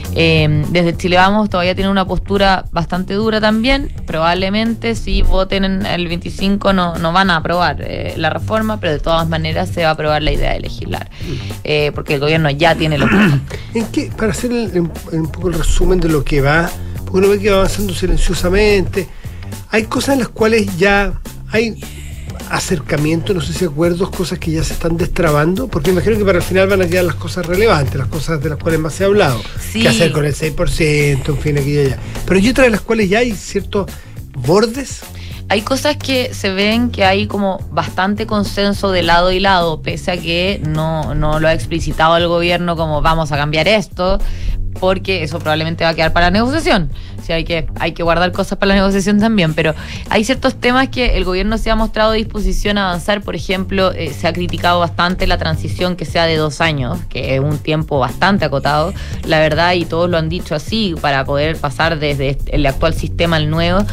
Desde Chile Vamos todavía tiene una postura bastante dura también. Probablemente si voten en el 25 no van a aprobar la reforma, pero de todas maneras se va a aprobar la idea de legislar, porque el gobierno ya tiene los votos. Para hacer un poco el resumen de lo que va, porque uno ve que va avanzando silenciosamente, hay cosas en las cuales ya hay acercamiento, no sé si acuerdos, cosas que ya se están destrabando, porque imagino que para el final van a quedar las cosas relevantes, las cosas de las cuales más se ha hablado, qué hacer con el 6%, en fin, aquí y allá. Pero hay otras de las cuales ya hay ciertos bordes. Hay cosas que se ven que hay como bastante consenso de lado y lado, pese a que no lo ha explicitado el gobierno como vamos a cambiar esto, porque eso probablemente va a quedar para la negociación. O sea, hay que guardar cosas para la negociación también, pero hay ciertos temas que el gobierno se ha mostrado disposición a avanzar. Por ejemplo, se ha criticado bastante la transición que sea de 2 años, que es un tiempo bastante acotado, la verdad, y todos lo han dicho así, para poder pasar desde el actual sistema al nuevo,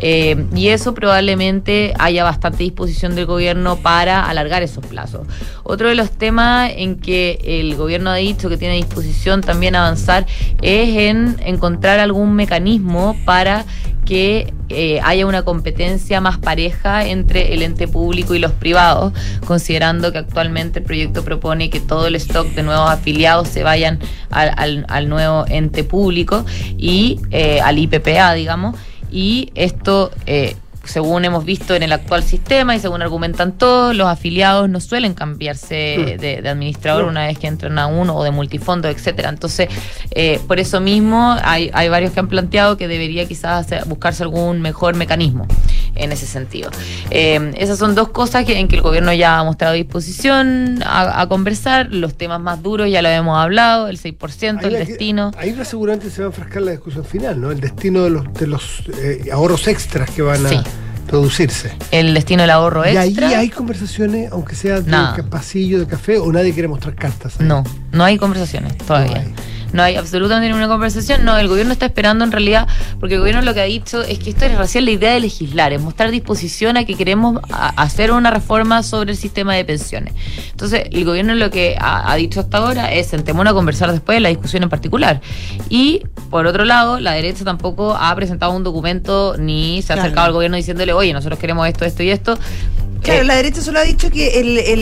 y eso probablemente haya bastante disposición del gobierno para alargar esos plazos. Otro de los temas en que el gobierno ha dicho que tiene disposición también a avanzar es en encontrar algún mecanismo para que haya una competencia más pareja entre el ente público y los privados, considerando que actualmente el proyecto propone que todo el stock de nuevos afiliados se vayan al nuevo ente público y al IPPA, digamos, y esto según hemos visto en el actual sistema y según argumentan todos, los afiliados no suelen cambiarse de administrador una vez que entran a uno, o de multifondo, etcétera. Entonces, por eso mismo hay varios que han planteado que debería quizás buscarse algún mejor mecanismo en ese sentido. Esas son dos cosas en que el gobierno ya ha mostrado disposición a conversar. Los temas más duros ya lo hemos hablado, el 6%, el destino. Ahí seguramente se va a enfrascar la discusión final, ¿no? El destino de los ahorros extras que van a producirse. El destino del ahorro extra. Y ahí hay conversaciones, aunque sea de pasillo, de café, o nadie quiere mostrar cartas ahí. No hay conversaciones todavía. No hay absolutamente ninguna conversación. No, el gobierno está esperando en realidad, porque el gobierno lo que ha dicho es que esto es recién la idea de legislar, es mostrar disposición a que queremos hacer una reforma sobre el sistema de pensiones. Entonces, el gobierno lo que ha dicho hasta ahora es sentémonos a conversar después de la discusión en particular. Y, por otro lado, la derecha tampoco ha presentado un documento ni se ha acercado al gobierno diciéndole, oye, nosotros queremos esto, esto y esto. Claro, la derecha solo ha dicho que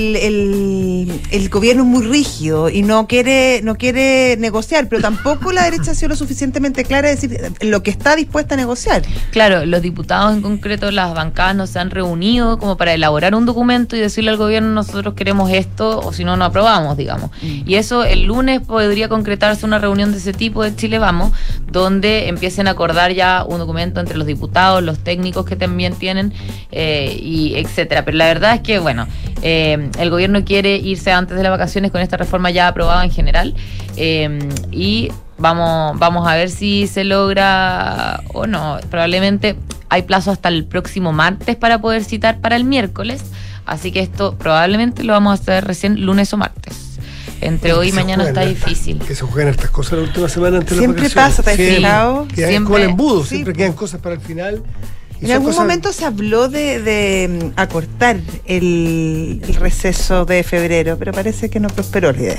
el gobierno es muy rígido y no quiere negociar, pero tampoco la derecha ha sido lo suficientemente clara de decir lo que está dispuesta a negociar. Claro, los diputados en concreto, las bancadas no se han reunido como para elaborar un documento y decirle al gobierno nosotros queremos esto o si no, no aprobamos, digamos. Y eso el lunes podría concretarse una reunión de ese tipo de Chile Vamos, donde empiecen a acordar ya un documento entre los diputados, los técnicos que también tienen y etcétera. Pero la verdad es que, bueno, el gobierno quiere irse antes de las vacaciones con esta reforma ya aprobada en general y vamos a ver si se logra o no. Probablemente hay plazo hasta el próximo martes para poder citar para el miércoles, así que esto probablemente lo vamos a hacer recién lunes o martes. Entre hoy y mañana está difícil. Que se juegan estas cosas la última semana antes de las vacaciones. Siempre pasa, ¿te has fijado? Siempre como el embudo, siempre quedan cosas para el final. En algún momento se habló de acortar el receso de febrero, pero parece que no prosperó la idea.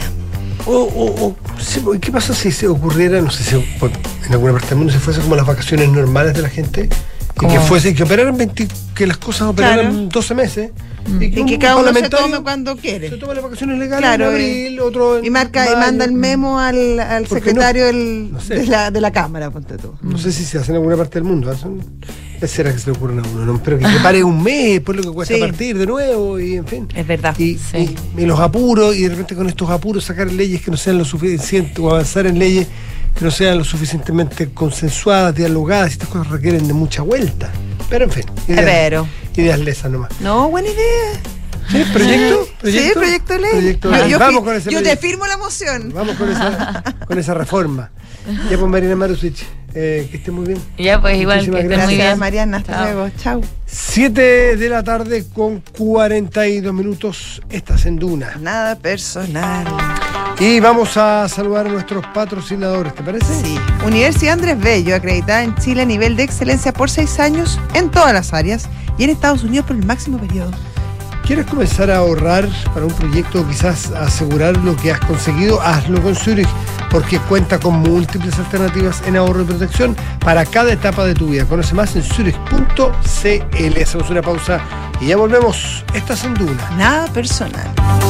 ¿Qué pasa si se ocurriera, no sé si en alguna parte del mundo se fuese como las vacaciones normales de la gente? Y que operaran que las cosas operaran 12 meses. Y que cada uno se tome cuando quiere. Se toma las vacaciones legales en abril, otro en y manda el memo al secretario de la Cámara, ponte tú. No sé si se hace en alguna parte del mundo. ¿Qué será que se le ocurre a uno? No, pero que pare un mes, después lo que cuesta partir de nuevo, y en fin. Es verdad. Y los apuros, y de repente con estos apuros sacar leyes que no sean lo suficiente, o avanzar en leyes que no sean lo suficientemente consensuadas, dialogadas, y estas cosas requieren de mucha vuelta. Pero en fin, ideas lesas nomás. No, buena idea. ¿Sí? ¿Proyecto? Sí, proyecto de ley. Vamos con ese yo te firmo la moción. Vamos con esa reforma. Ya pues, Mariana Marusic, que esté muy bien. Ya pues, igual que esté muy bien. Mariana, hasta luego. Chau. 7 de la tarde con 42 minutos. Estás en Duna. Nada personal. Y vamos a saludar a nuestros patrocinadores, ¿te parece? Sí. Universidad Andrés Bello, acreditada en Chile a nivel de excelencia por 6 años en todas las áreas y en Estados Unidos por el máximo periodo. ¿Quieres comenzar a ahorrar para un proyecto o quizás asegurar lo que has conseguido? Hazlo con Zurich, porque cuenta con múltiples alternativas en ahorro y protección para cada etapa de tu vida. Conoce más en zurich.cl. Hacemos una pausa y ya volvemos. Estás en Duna. Nada personal.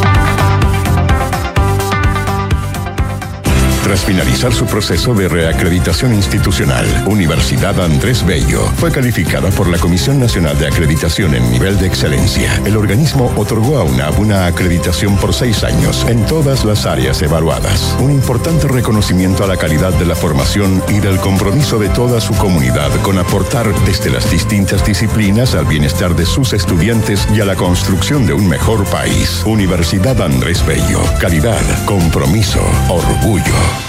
Tras finalizar su proceso de reacreditación institucional, Universidad Andrés Bello fue calificada por la Comisión Nacional de Acreditación en nivel de excelencia. El organismo otorgó a UNAV una acreditación por 6 años en todas las áreas evaluadas. Un importante reconocimiento a la calidad de la formación y del compromiso de toda su comunidad con aportar desde las distintas disciplinas al bienestar de sus estudiantes y a la construcción de un mejor país. Universidad Andrés Bello. Calidad, compromiso, orgullo.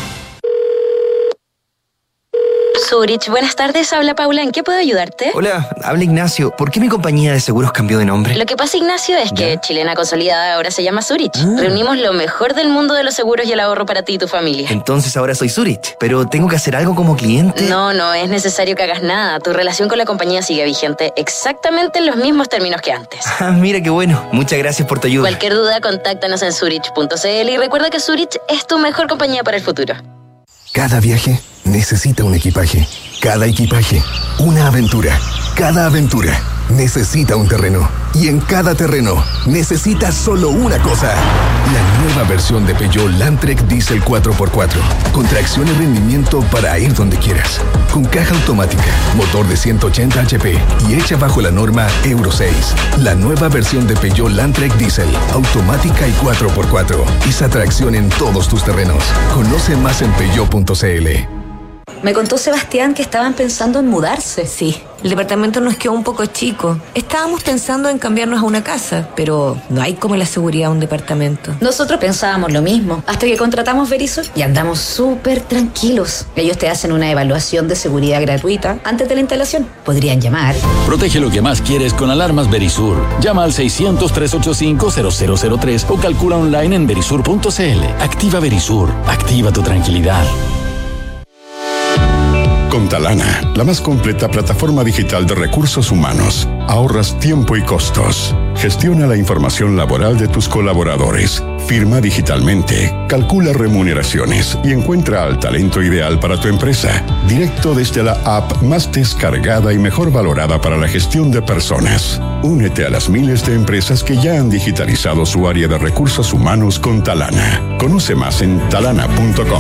Zurich, buenas tardes, habla Paula, ¿en qué puedo ayudarte? Hola, habla Ignacio. ¿Por qué mi compañía de seguros cambió de nombre? Lo que pasa, Ignacio, es que Chilena Consolidada ahora se llama Zurich. Reunimos lo mejor del mundo de los seguros y el ahorro para ti y tu familia. Entonces ahora soy Zurich, pero ¿tengo que hacer algo como cliente? No es necesario que hagas nada. Tu relación con la compañía sigue vigente exactamente en los mismos términos que antes. Ah, mira qué bueno. Muchas gracias por tu ayuda. Cualquier duda, contáctanos en Zurich.cl y recuerda que Zurich es tu mejor compañía para el futuro. Cada viaje necesita un equipaje. Cada equipaje, una aventura. Cada aventura, necesita un terreno. Y en cada terreno, necesita solo una cosa. La nueva versión de Peugeot Landtrek Diesel 4x4. Con tracción y rendimiento para ir donde quieras. Con caja automática, motor de 180 HP y hecha bajo la norma Euro 6. La nueva versión de Peugeot Landtrek Diesel, automática y 4x4. Esa tracción en todos tus terrenos. Conoce más en peugeot.cl. Me contó Sebastián que estaban pensando en mudarse. Sí, el departamento nos quedó un poco chico. Estábamos pensando en cambiarnos a una casa, pero no hay como la seguridad de un departamento. Nosotros pensábamos lo mismo, hasta que contratamos Verisur y andamos súper tranquilos. Ellos te hacen una evaluación de seguridad gratuita antes de la instalación. Podrían llamar. Protege lo que más quieres con alarmas Verisur. Llama al 600-385-0003 o calcula online en verisur.cl. Activa Verisur. Activa tu tranquilidad. Con Talana, la más completa plataforma digital de recursos humanos, ahorras tiempo y costos. Gestiona la información laboral de tus colaboradores, firma digitalmente, calcula remuneraciones y encuentra al talento ideal para tu empresa, directo desde la app más descargada y mejor valorada para la gestión de personas. Únete a las miles de empresas que ya han digitalizado su área de recursos humanos con Talana. Conoce más en talana.com.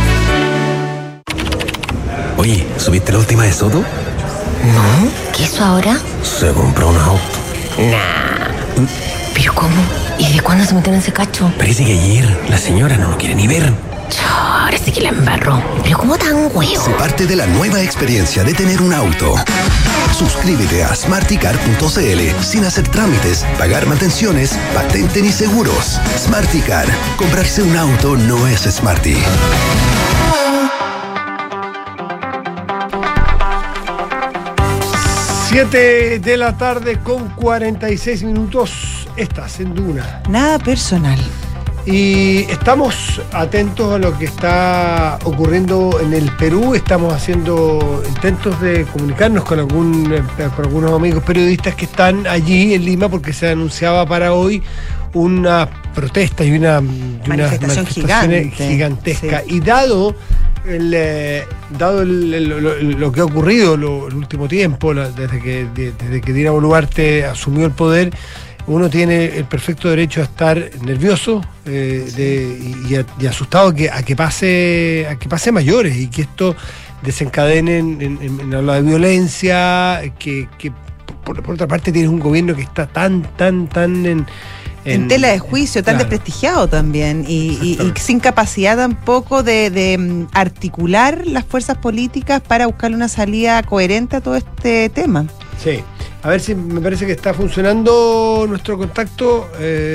Oye, ¿subiste la última de Soto? No, ¿qué hizo ahora? Se compró un auto. Nah. ¿Pero cómo? ¿Y de cuándo se metió en ese cacho? Parece que ayer la señora no lo quiere ni ver. Ahora sí que la embarró. ¿Pero cómo tan huevo? Se parte de la nueva experiencia de tener un auto. Suscríbete a smarticar.cl sin hacer trámites, pagar mantenciones, patente ni seguros. Smarticar. Comprarse un auto no es Smarty. 7 de la tarde con 46 minutos. Estás en Duna. Nada personal. Y estamos atentos a lo que está ocurriendo en el Perú. Estamos haciendo intentos de comunicarnos con algunos amigos periodistas que están allí en Lima, porque se anunciaba para hoy una protesta y una manifestación gigantesca. Sí. Y dado lo que ha ocurrido el último tiempo, desde que Dina Boluarte asumió el poder, uno tiene el perfecto derecho a estar nervioso y asustado a que pase a mayores y que esto desencadene en hablar de violencia, que por otra parte tienes un gobierno que está tan en tela de juicio, tan desprestigiado también y sin capacidad tampoco de articular las fuerzas políticas para buscar una salida coherente a todo este tema. Sí, a ver si me parece que está funcionando nuestro contacto.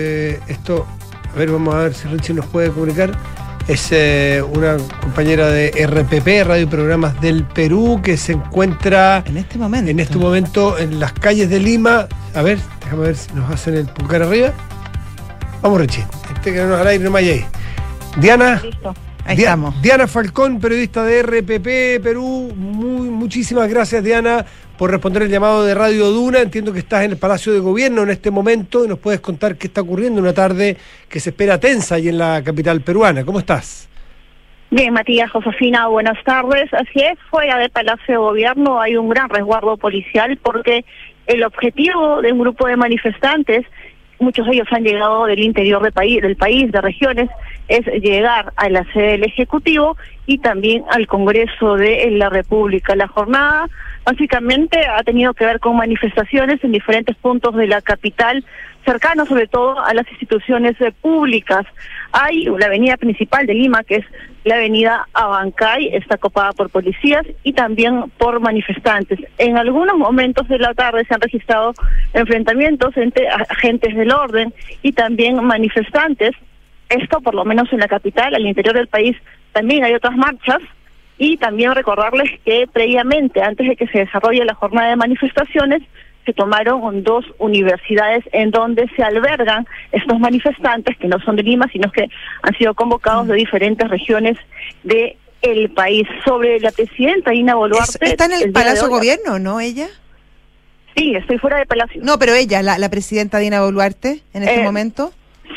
A ver, vamos a ver si Richie nos puede comunicar. Es una compañera de RPP, Radio y Programas del Perú, que se encuentra en este momento en las calles de Lima. A ver, déjame ver si nos hacen el pulgar arriba. Vamos, Richie, que no nos al aire, no me ahí. Diana. Listo. Ahí estamos. Diana Falcón, periodista de RPP Perú. Muchísimas gracias, Diana, por responder el llamado de Radio Duna. Entiendo que estás en el Palacio de Gobierno en este momento y nos puedes contar qué está ocurriendo en una tarde que se espera tensa ahí en la capital peruana. ¿Cómo estás? Bien, Matías, Josefina, buenas tardes. Así es, fuera del Palacio de Gobierno hay un gran resguardo policial porque el objetivo de un grupo de manifestantes, muchos de ellos han llegado del interior del país, de regiones, es llegar a la sede del Ejecutivo y también al Congreso de la República. La jornada básicamente ha tenido que ver con manifestaciones en diferentes puntos de la capital, cercanos sobre todo a las instituciones públicas. Hay la avenida principal de Lima, que es la avenida Abancay, está copada por policías y también por manifestantes. En algunos momentos de la tarde se han registrado enfrentamientos entre agentes del orden y también manifestantes. Esto por lo menos en la capital. Al interior del país también hay otras marchas. Y también recordarles que previamente, antes de que se desarrolle la jornada de manifestaciones, se tomaron 2 universidades en donde se albergan estos manifestantes, que no son de Lima, sino que han sido convocados de diferentes regiones del país. Sobre la presidenta Dina Boluarte... ¿Está en el Palacio de Gobierno, no, ella? Sí, estoy fuera del Palacio. No, pero ella, la presidenta Dina Boluarte, en este momento...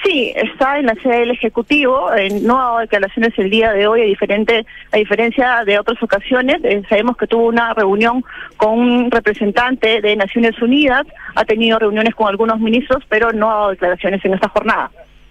Sí, está en la sede del Ejecutivo, no ha dado declaraciones el día de hoy, a diferencia de otras ocasiones. Sabemos que tuvo una reunión con un representante de Naciones Unidas, ha tenido reuniones con algunos ministros, pero no ha dado declaraciones en esta jornada.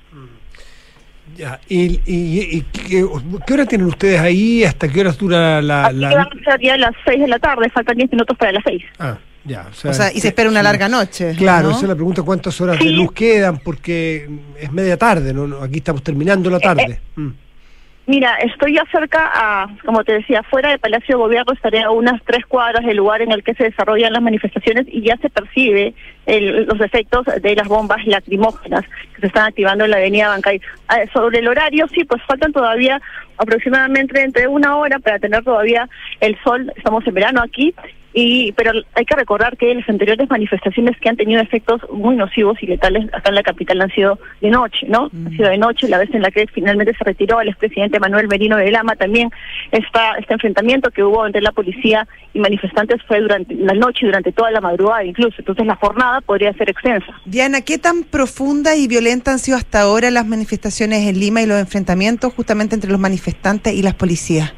Ya, ¿y qué hora tienen ustedes ahí? ¿Hasta qué horas dura la...? Aquí van a ser ya las 6 de la tarde, faltan 10 minutos para las 6. Ya, o sea, y se espera una larga noche. Claro, ¿no? esa es la pregunta, ¿cuántas horas de luz quedan? Porque es media tarde, ¿no? Aquí estamos terminando la tarde. Mira, estoy ya cerca, como te decía, fuera del Palacio de Gobierno, estaré a unas 3 cuadras del lugar en el que se desarrollan las manifestaciones y ya se percibe los efectos de las bombas lacrimógenas que se están activando en la avenida Bancay. Sobre el horario, sí, pues faltan todavía aproximadamente entre 1 hora para tener todavía el sol. Estamos en verano aquí, pero hay que recordar que las anteriores manifestaciones que han tenido efectos muy nocivos y letales acá en la capital han sido de noche, ¿no? Han sido de noche, la vez en la que finalmente se retiró el expresidente Manuel Merino de Lama. También este enfrentamiento que hubo entre la policía y manifestantes fue durante la noche y durante toda la madrugada incluso. Entonces la jornada podría ser extensa. Diana, ¿qué tan profunda y violenta han sido hasta ahora las manifestaciones en Lima y los enfrentamientos justamente entre los manifestantes y las policías?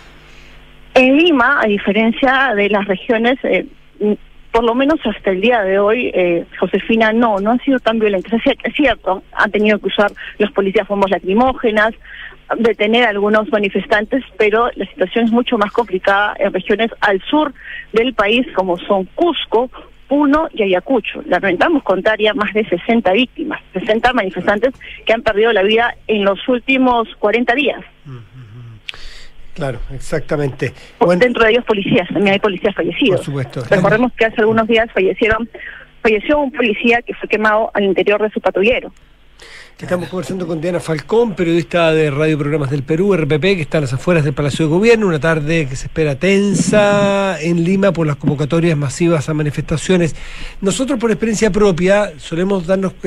En Lima, a diferencia de las regiones, por lo menos hasta el día de hoy, Josefina, no han sido tan violentas. Es cierto, han tenido que usar los policías bombas lacrimógenas, detener a algunos manifestantes, pero la situación es mucho más complicada en regiones al sur del país, como son Cusco, Puno y Ayacucho. Lamentamos contar ya más de 60 víctimas, 60 manifestantes que han perdido la vida en los últimos 40 días. Claro, exactamente. Dentro de ellos policías, también hay policías fallecidos. Por supuesto. Recordemos que hace algunos días falleció un policía que fue quemado al interior de su patrullero. Estamos conversando con Diana Falcón, periodista de Radio Programas del Perú, RPP, que está a las afueras del Palacio de Gobierno, una tarde que se espera tensa en Lima por las convocatorias masivas a manifestaciones. Nosotros, por experiencia propia, solemos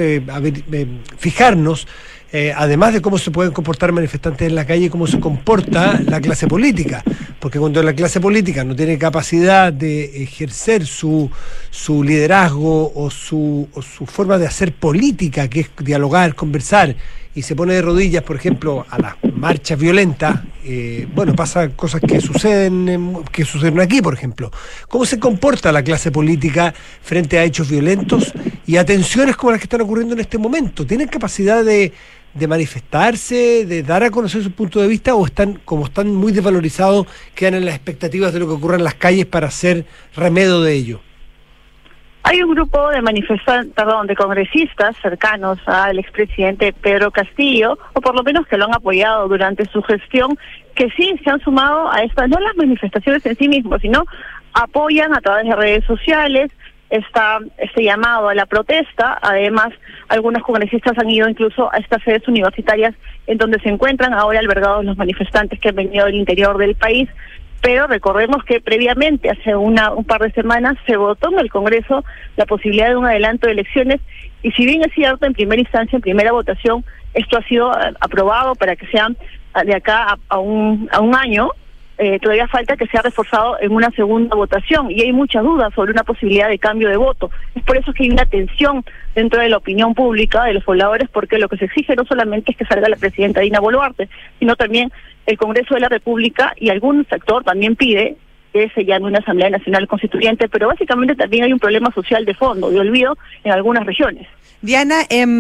fijarnos, además de cómo se pueden comportar manifestantes en la calle, cómo se comporta la clase política, porque cuando la clase política no tiene capacidad de ejercer su liderazgo o su forma de hacer política, que es dialogar, conversar, y se pone de rodillas, por ejemplo, a las marchas violentas, pasan cosas que suceden aquí, por ejemplo. ¿Cómo se comporta la clase política frente a hechos violentos y a tensiones como las que están ocurriendo en este momento? ¿Tienen capacidad de manifestarse, de dar a conocer su punto de vista, o están muy desvalorizados, quedan en las expectativas de lo que ocurra en las calles para hacer remedio de ello? Hay un grupo de congresistas cercanos al expresidente Pedro Castillo, o por lo menos que lo han apoyado durante su gestión, que sí se han sumado a estas, no las manifestaciones en sí mismos, sino apoyan a través de redes sociales este llamado a la protesta. Además, algunos congresistas han ido incluso a estas sedes universitarias en donde se encuentran ahora albergados los manifestantes que han venido del interior del país. Pero recordemos que previamente, hace un par de semanas, se votó en el Congreso la posibilidad de un adelanto de elecciones, y si bien es cierto, en primera instancia, en primera votación, esto ha sido aprobado para que sean de acá a un año, todavía falta que sea reforzado en una segunda votación, y hay muchas dudas sobre una posibilidad de cambio de voto. Es por eso que hay una tensión dentro de la opinión pública de los pobladores, porque lo que se exige no solamente es que salga la presidenta Dina Boluarte, sino también el Congreso de la República, y algún sector también pide que se llame una Asamblea Nacional Constituyente, pero básicamente también hay un problema social de fondo, de olvido en algunas regiones. Diana,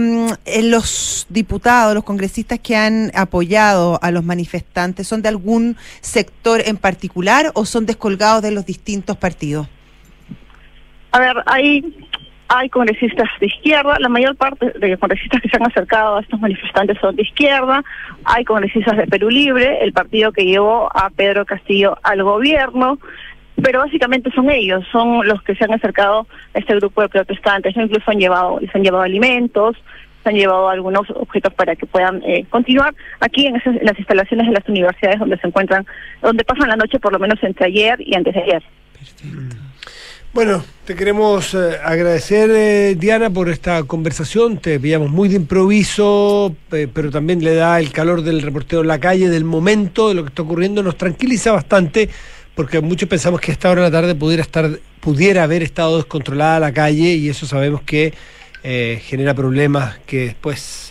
los diputados, los congresistas que han apoyado a los manifestantes, ¿son de algún sector en particular o son descolgados de los distintos partidos? A ver, hay congresistas de izquierda, la mayor parte de congresistas que se han acercado a estos manifestantes son de izquierda. Hay congresistas de Perú Libre, el partido que llevó a Pedro Castillo al gobierno, pero básicamente son ellos, son los que se han acercado a este grupo de protestantes. Incluso les han llevado alimentos, les han llevado algunos objetos para que puedan continuar aquí en las instalaciones de las universidades donde pasan la noche, por lo menos entre ayer y antes de ayer. Perfecto. Bueno, te queremos agradecer, Diana, por esta conversación. Te pillamos muy de improviso, pero también le da el calor del reportero en la calle, del momento, de lo que está ocurriendo. Nos tranquiliza bastante, porque muchos pensamos que a esta hora de la tarde pudiera haber estado descontrolada la calle, y eso sabemos que genera problemas que después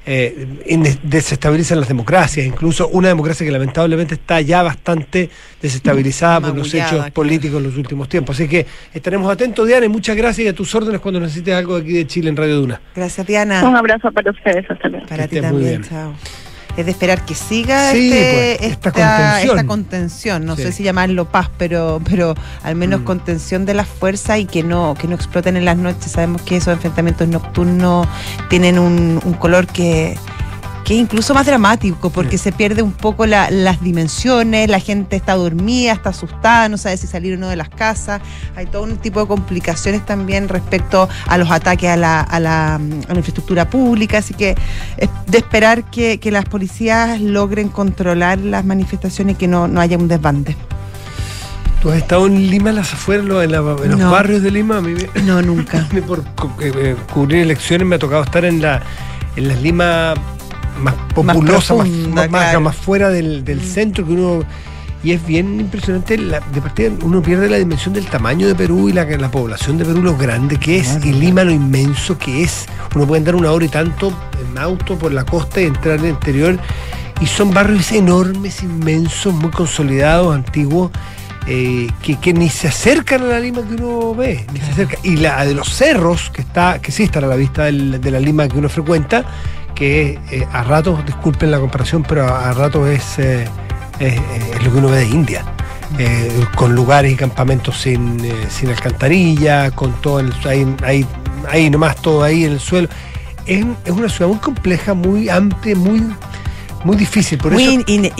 desestabilizan las democracias, incluso una democracia que lamentablemente está ya bastante desestabilizada por los hechos políticos en los últimos tiempos. Así que estaremos atentos, Diana, y muchas gracias, y a tus órdenes cuando necesites algo de aquí de Chile en Radio Duna. Gracias, Diana. Un abrazo para ustedes, hasta luego. Para ti también, chao. Es de esperar que siga esta contención. No sé si llamarlo paz, pero al menos contención de las fuerzas y que no exploten en las noches. Sabemos que esos enfrentamientos nocturnos tienen un color que es incluso más dramático, porque se pierde un poco las dimensiones, la gente está dormida, está asustada, no sabe si salir o no de las casas. Hay todo un tipo de complicaciones también respecto a los ataques a la infraestructura pública, así que es de esperar que las policías logren controlar las manifestaciones y que no haya un desbande. ¿Tú has estado en Lima, en las afueras, en los barrios de Lima? No, nunca. Por cubrir elecciones me ha tocado estar en las Lima más populosa, más fuera del centro, que uno, y es bien impresionante, de partida uno pierde la dimensión del tamaño de Perú y la población de Perú, lo grande que es, y Lima lo inmenso que es. Uno puede andar 1 hora y tanto en auto por la costa y entrar al interior, y son barrios enormes, inmensos, muy consolidados, antiguos, que ni se acercan a la Lima que uno ve, ni se acerca. Y la de los cerros, que sí está a la vista de la Lima que uno frecuenta, que a ratos, disculpen la comparación, pero a ratos es lo que uno ve de India, con lugares y campamentos sin alcantarilla, con todo ahí nomás, todo ahí en el suelo. Es una ciudad muy compleja, muy amplia, muy difícil. Por eso,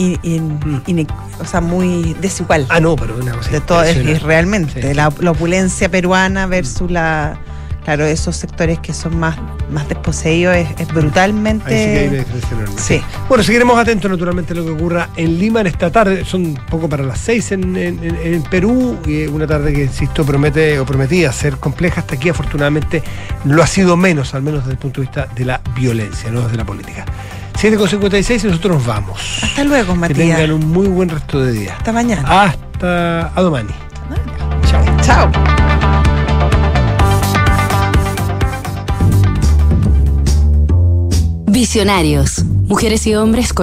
o sea, muy desigual. No, pero una cosa de todo es realmente sí. La opulencia peruana versus claro, esos sectores que son más desposeídos es brutalmente. Ahí sí que hay una diferencia enorme. Sí. Bueno, seguiremos atentos naturalmente a lo que ocurra en Lima en esta tarde. Son un poco para las 6 en Perú, y una tarde que, insisto, prometía ser compleja. Hasta aquí, afortunadamente, lo ha sido menos, al menos desde el punto de vista de la violencia, no desde la política. 7:56 y nosotros nos vamos. Hasta luego, Matías. Que tengan un muy buen resto de día. Hasta mañana. Hasta domani. Chao. Visionarios, mujeres y hombres con